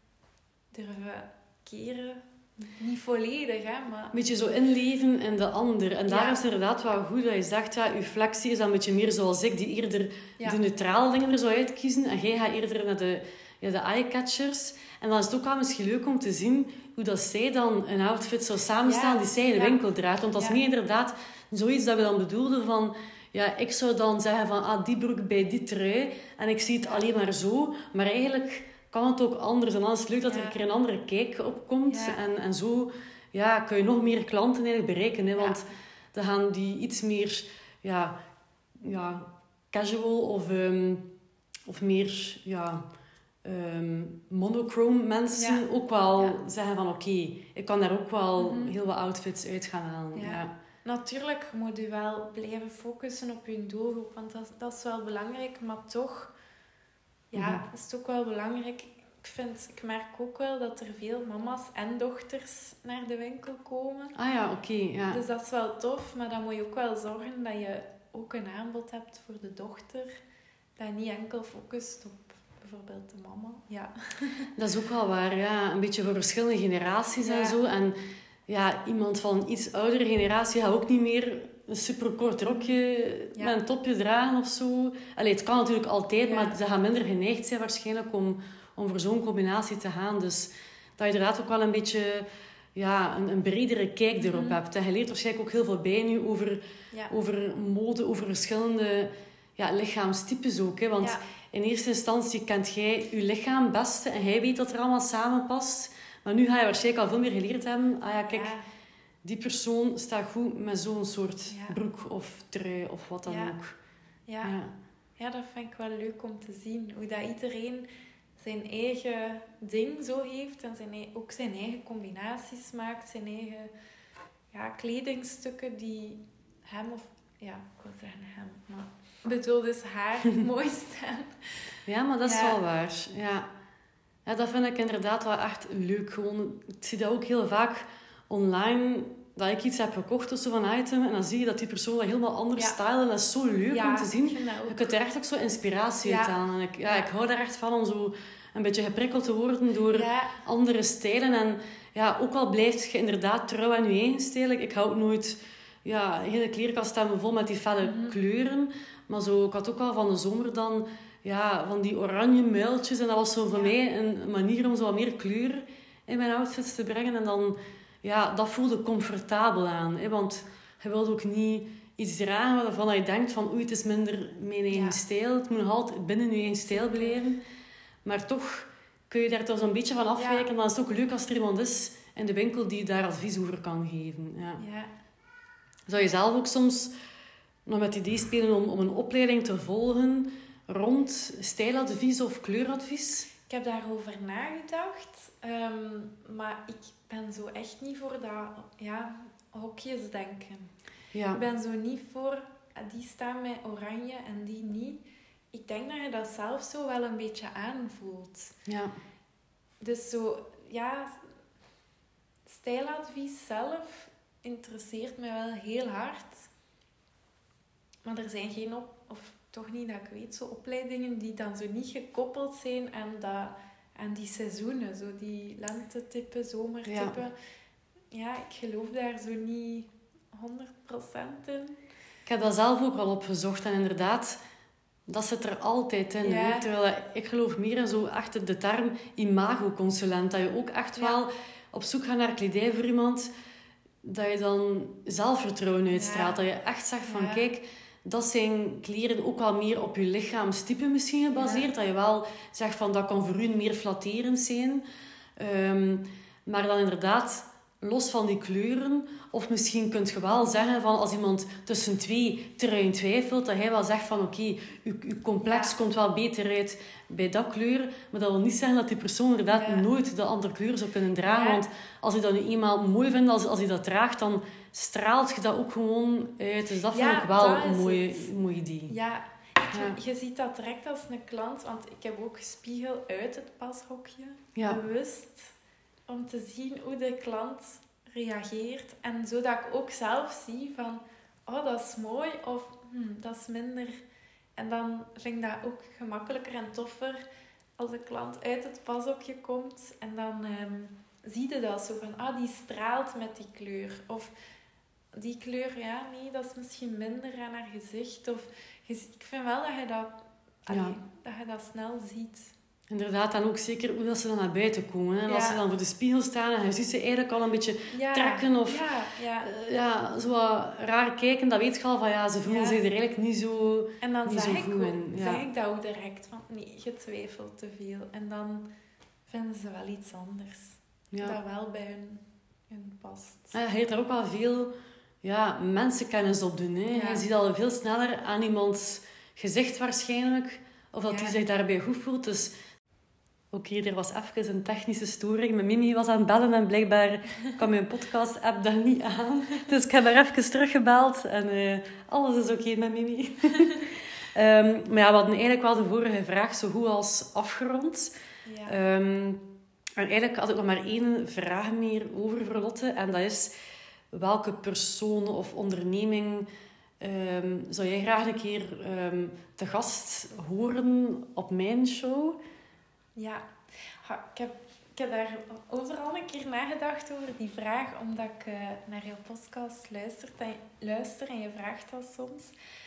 durven keren. Niet volledig, hè, maar...
Een beetje zo inleven in de ander. En daar
Ja.
is het inderdaad wel goed dat je zegt, ja, je flexie is dan een beetje meer zoals ik, die eerder
Ja.
de neutrale dingen er zou uitkiezen. En jij gaat eerder naar de, ja, de eye-catchers. En dan is het ook wel misschien leuk om te zien hoe dat zij dan een outfit zou samenstellen
Ja.
die zij in de
Ja.
winkel draagt. Want dat is
Ja.
meer inderdaad zoiets dat we dan bedoelden van... Ja, ik zou dan zeggen van, ah, die broek bij die trui. En ik zie het alleen maar zo. Maar eigenlijk kan het ook anders. En dan is het leuk dat er
Ja.
een keer een andere kijk op komt.
Ja.
En, en zo ja, kun je nog meer klanten eigenlijk bereiken. Hè? Want dan gaan die iets meer ja, ja, casual of, ehm, of meer ja, ehm, monochrome mensen
Ja.
ook wel
Ja.
zeggen van oké, ik kan daar ook wel
Mhm.
heel wat outfits uit gaan halen.
Ja.
Ja.
Natuurlijk moet je wel blijven focussen op je doelgroep, want dat, dat is wel belangrijk, maar toch ja,
Mhm.
is het ook wel belangrijk. Ik, vind, ik merk ook wel dat er veel mama's en dochters naar de winkel komen.
Ah ja, oké. ja.
Dus dat is wel tof, maar dan moet je ook wel zorgen dat je ook een aanbod hebt voor de dochter. Dat je niet enkel focust op bijvoorbeeld de mama. Ja.
Dat is ook wel waar, ja. Een beetje voor verschillende generaties en
Ja.
zo. En ja, iemand van een iets oudere generatie gaat ook niet meer een superkort rokje
Ja.
met een topje dragen of zo. Allee, het kan natuurlijk altijd,
Ja.
maar ze gaan minder geneigd zijn waarschijnlijk om, om voor zo'n combinatie te gaan. Dus dat je inderdaad ook wel een beetje ja, een, een bredere kijk erop
Mhm.
hebt. En je leert waarschijnlijk ook heel veel bij nu over,
Ja.
over mode, over verschillende ja, lichaamstypes ook. Hè? Want
Ja.
in eerste instantie kent jij je lichaam het beste en jij weet dat er allemaal samenpast. Maar nu ga je waarschijnlijk al veel meer geleerd hebben. Ah ja, kijk,
Ja.
die persoon staat goed met zo'n soort
Ja.
broek of trui of wat dan
Ja.
ook.
Ja.
Ja.
Ja, dat vind ik wel leuk om te zien. Hoe dat iedereen zijn eigen ding zo heeft. En zijn, ei- ook zijn eigen combinaties maakt. Zijn eigen ja, kledingstukken die hem of... Ja, ik wil zeggen hem. Maar ik bedoel dus haar mooi staan.
Ja, maar dat is
Ja.
wel waar. Ja. Ja, dat vind ik inderdaad wel echt leuk. Gewoon, ik zie dat ook heel vaak online, dat ik iets heb gekocht of zo van item, en dan zie je dat die persoon dat helemaal anders
Ja.
stylen. Dat is zo leuk
Ja,
om te zien.
ik vind dat ook.
Je kunt er echt ook zo inspiratie uit
Ja.
halen. En ik, ja,
Ja.
ik hou daar echt van om zo een beetje geprikkeld te worden door
Ja,
andere stijlen. En ja, ook al blijft je inderdaad trouw aan je eigen stijl. Ik, ik hou ook nooit ja, hele kleerkast hebben vol met die felle
Mhm.
kleuren. Maar zo, ik had ook al van de zomer dan ja, van die oranje muiltjes. En dat was zo voor
Ja.
mij een manier om zo wat meer kleur in mijn outfits te brengen. En dan, ja, dat voelde comfortabel aan. Hè? Want je wilde ook niet iets dragen waarvan je denkt van oei, het is minder mijn eigen
Ja.
stijl. Het moet nog altijd binnen je eigen stijl blijven. Maar toch kun je daar toch zo'n beetje van afwijken.
Ja.
Dan is het ook leuk als er iemand is in de winkel die daar advies over kan geven. Ja.
Ja.
Zou je zelf ook soms nog met het idee spelen om, om een opleiding te volgen rond stijladvies of kleuradvies?
Ik heb daarover nagedacht, um, maar ik ben zo echt niet voor dat ja, hokjes denken.
Ja.
Ik ben zo niet voor, die staan met oranje en die niet. Ik denk dat je dat zelf zo wel een beetje aanvoelt.
Ja.
Dus zo, ja, stijladvies zelf interesseert mij wel heel hard. Maar er zijn geen, op, of toch niet dat ik weet, zo opleidingen die dan zo niet gekoppeld zijn aan, dat, aan die seizoenen. Zo die lentetype, zomertype. Ja. ja, ik geloof daar zo niet honderd procent in.
Ik heb dat zelf ook al opgezocht en inderdaad, dat zit er altijd in.
Ja.
Terwijl ik geloof meer in zo achter de term imagoconsulent. Dat je ook echt ja. wel op zoek gaat naar kledij voor iemand, dat je dan zelfvertrouwen uitstraalt. Ja. Dat je echt zegt van ja. kijk, dat zijn kleren ook wel meer op je lichaamstype misschien gebaseerd. Ja. Dat je wel zegt van dat kan voor u meer flatterend zijn. Um, maar dan inderdaad, los van die kleuren, of misschien kun je wel zeggen van als iemand tussen twee truien twijfelt, dat hij wel zegt van oké, okay, uw, uw complex ja. komt wel beter uit bij dat kleur, maar dat wil niet zeggen dat die persoon inderdaad ja. nooit de andere kleur zou kunnen dragen. Ja. Want als hij dat nu eenmaal mooi vindt, als, als hij dat draagt, dan straalt je dat ook gewoon uit. Dus dat
ja,
vind ik wel een mooi, mooi idee.
Ja, ja. Je ziet dat direct als een klant, want ik heb ook gespiegeld uit het pashokje, ja. bewust, om te zien hoe de klant reageert. En zodat ik ook zelf zie van, oh, dat is mooi, of hm, dat is minder. En dan vind ik dat ook gemakkelijker en toffer als de klant uit het pashokje komt. En dan um, zie je dat zo van, ah, die straalt met die kleur. Of die kleur, ja, nee, dat is misschien minder aan haar gezicht. Of, ik vind wel dat je dat, allee, ja. dat, je dat snel ziet.
Inderdaad, en ook zeker hoe dat ze dan naar buiten komen. Hè? Ja. Als ze dan voor de spiegel staan en je ziet ze eigenlijk al een beetje ja. trekken of
ja, ja.
Uh, ja, zo wat raar kijken, dan weet je al van ja, ze voelen ja. zich er eigenlijk niet zo
En dan
niet
zeg,
zo
ik
goed
ook,
in. Ja.
zeg ik dat ook direct van nee, je twijfelt te veel. En dan vinden ze wel iets anders. Ja. Dat wel bij hun, hun past.
Ja, je hebt daar ook wel veel ja, mensenkennis op doen. Hè? Ja. Je ziet al veel sneller aan iemands gezicht waarschijnlijk of dat hij ja. zich daarbij goed voelt. Dus oké, okay, er was even een technische storing. Mijn Mimi was aan het bellen en blijkbaar kwam mijn podcast-app daar niet aan. Dus ik heb haar even teruggebeld en uh, alles is oké okay met Mimi. um, maar ja, we hadden eigenlijk wel de vorige vraag zo goed als afgerond. Ja. Um, en eigenlijk had ik nog maar één vraag meer over voor Lotte. En dat is, welke persoon of onderneming um, zou jij graag een keer um, te gast horen op mijn show?
Ja, ik heb, ik heb daar overal een keer nagedacht over die vraag, omdat ik uh, naar jouw podcast luister en, luister en je vraagt dat soms.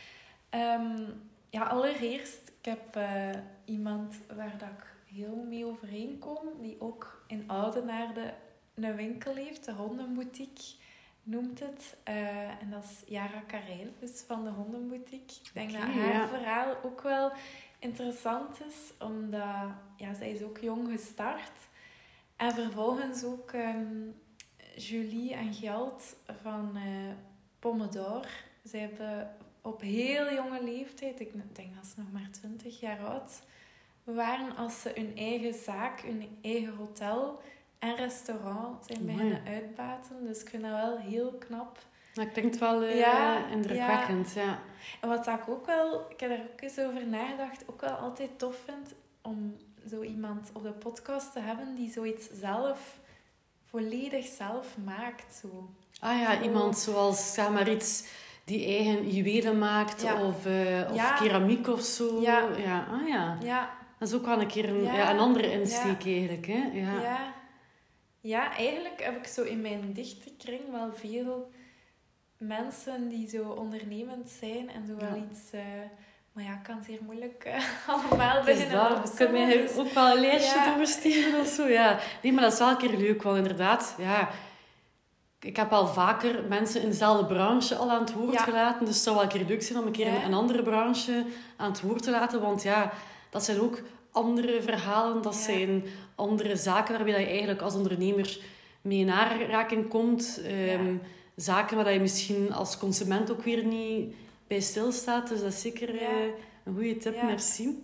Um, ja, allereerst, ik heb uh, iemand waar dat ik heel mee overeenkom, die ook in Oudenaarde een winkel heeft, de hondenboutique noemt het. Uh, en dat is Jara Karijn, dus van de hondenboutique. Ik denk okay, dat haar ja. verhaal ook wel interessant is, omdat ja, zij is ook jong gestart. En vervolgens ook um, Julie en Gjalt van uh, Pomodor. Zij hebben op heel jonge leeftijd, ik denk dat ze nog maar twintig jaar oud waren, als ze hun eigen zaak, hun eigen hotel en restaurant zijn beginnen uitbaten. Dus ik vind dat wel heel knap.
Dat klinkt wel uh, ja, indrukwekkend, ja. ja.
En wat ik ook wel, ik heb daar ook eens over nagedacht, ook wel altijd tof vind om zo iemand op de podcast te hebben die zoiets zelf, volledig zelf maakt. Zo.
Ah ja,
zo.
Iemand zoals, zeg maar iets die eigen juwelen maakt ja. of, uh, of ja. keramiek of zo.
Ja.
Ja. Ah ja.
ja.
Dat is ook wel een keer een, ja. Ja, een andere insteek ja. eigenlijk, hè. Ja.
ja. Ja, eigenlijk heb ik zo in mijn dichte kring wel veel mensen die zo ondernemend zijn en zo wel ja. iets... Uh, maar ja, ik kan zeer moeilijk uh, allemaal beginnen.
Dus kun je dus, ook wel een lijstje ja. doorsturen of zo. Ja. Nee, maar dat is wel een keer leuk, want inderdaad, ja, ik heb al vaker mensen in dezelfde branche al aan het woord
Ja.
gelaten. Dus het zou wel een keer leuk zijn om een keer
Ja.
een, een andere branche aan het woord te laten. Want ja, dat zijn ook andere verhalen. Dat
Ja.
zijn andere zaken waarbij je eigenlijk als ondernemer mee in aanraking komt. Um,
Ja.
Zaken waar je misschien als consument ook weer niet bij stilstaat. Dus dat is zeker
Ja.
uh, een goede tip.
Ja.
Merci.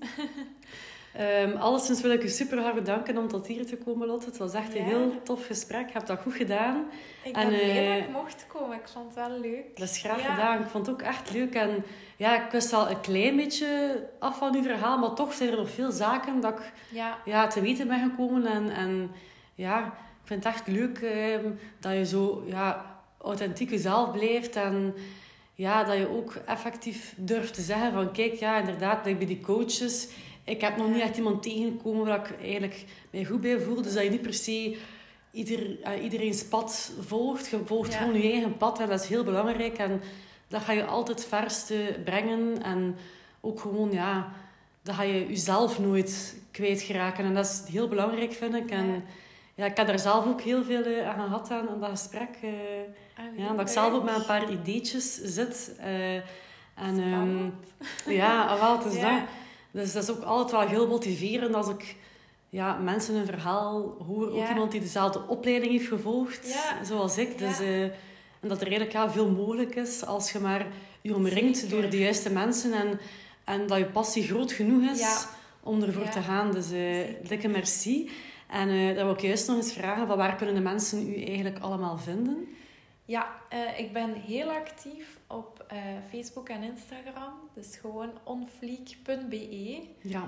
Um, alleszins wil ik u super hard bedanken om tot hier te komen, Lotte. Het was echt een
Ja.
heel tof gesprek. Je hebt dat goed gedaan.
Ik
En,
ben blij
eh,
dat ik mocht komen. Ik vond het wel leuk.
Dat is graag
Ja.
gedaan. Ik vond het ook echt leuk. En ja, ik wist al een klein beetje af van uw verhaal, maar toch zijn er nog veel zaken dat ik
Ja.
ja, te weten ben gekomen. En, en ja, ik vind het echt leuk ehm, dat je zo ja, authentiek jezelf blijft. En ja, dat je ook effectief durft te zeggen van kijk, ja, inderdaad, like bij die coaches. Ik heb nog
Ja.
niet echt iemand tegengekomen waar ik eigenlijk mij goed bij voel. Dus dat je niet per se ieder, uh, iedereen's pad volgt. Je volgt
Ja.
gewoon je eigen pad en dat is heel belangrijk. En dat ga je altijd het verste brengen. En ook gewoon, ja, dat ga je jezelf nooit kwijtgeraken. En dat is heel belangrijk, vind ik. En
Ja.
ja, ik heb daar zelf ook heel veel uh, aan gehad aan, aan dat gesprek. Uh,
Ah,
ja, dat ik
leuk.
zelf ook met een paar ideetjes zit. Uh, en um,
Spannend.
ja, ah, wel, het is
Ja.
dat. Dus dat is ook altijd wel heel motiverend als ik ja, mensen een verhaal hoor. Ook
Ja.
iemand die dezelfde opleiding heeft gevolgd,
Ja.
zoals ik. Dus,
Ja.
uh, en dat er eigenlijk ja, veel mogelijk is als je maar je omringt
Zeker.
door de juiste mensen. En, en dat je passie groot genoeg is
Ja.
om ervoor
Ja.
te gaan. Dus uh, dikke merci. En uh, dan wil ik juist nog eens vragen, van waar kunnen de mensen u eigenlijk allemaal vinden?
Ja, uh, ik ben heel actief op uh, Facebook en Instagram. Dus gewoon onfleek punt be.
Ja.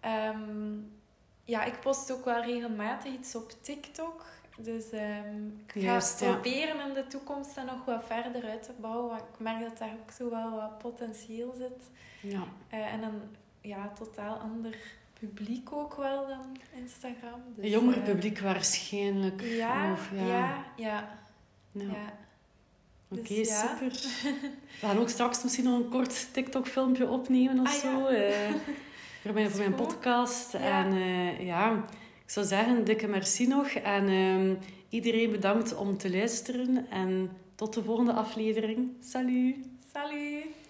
Um, ja, ik post ook wel regelmatig iets op TikTok. Dus um, ik ga
Juist, ja.
proberen in de toekomst dat nog wat verder uit te bouwen. Want ik merk dat daar ook zo wel wat potentieel zit.
Ja.
Uh, en een ja, totaal ander publiek ook wel dan Instagram. Dus,
Een jonger
uh,
publiek waarschijnlijk.
Ja,
Of,
ja, ja. ja.
ja.
ja.
Oké, okay,
Dus, ja.
super. We gaan ook straks misschien nog een kort TikTok-filmpje opnemen of
Ah,
zo.
ja.
Uh, voor mijn, voor mijn podcast.
Ja.
En uh, ja, ik zou zeggen, dikke merci nog. En uh, iedereen bedankt om te luisteren. En tot de volgende aflevering. Salut!
Salut!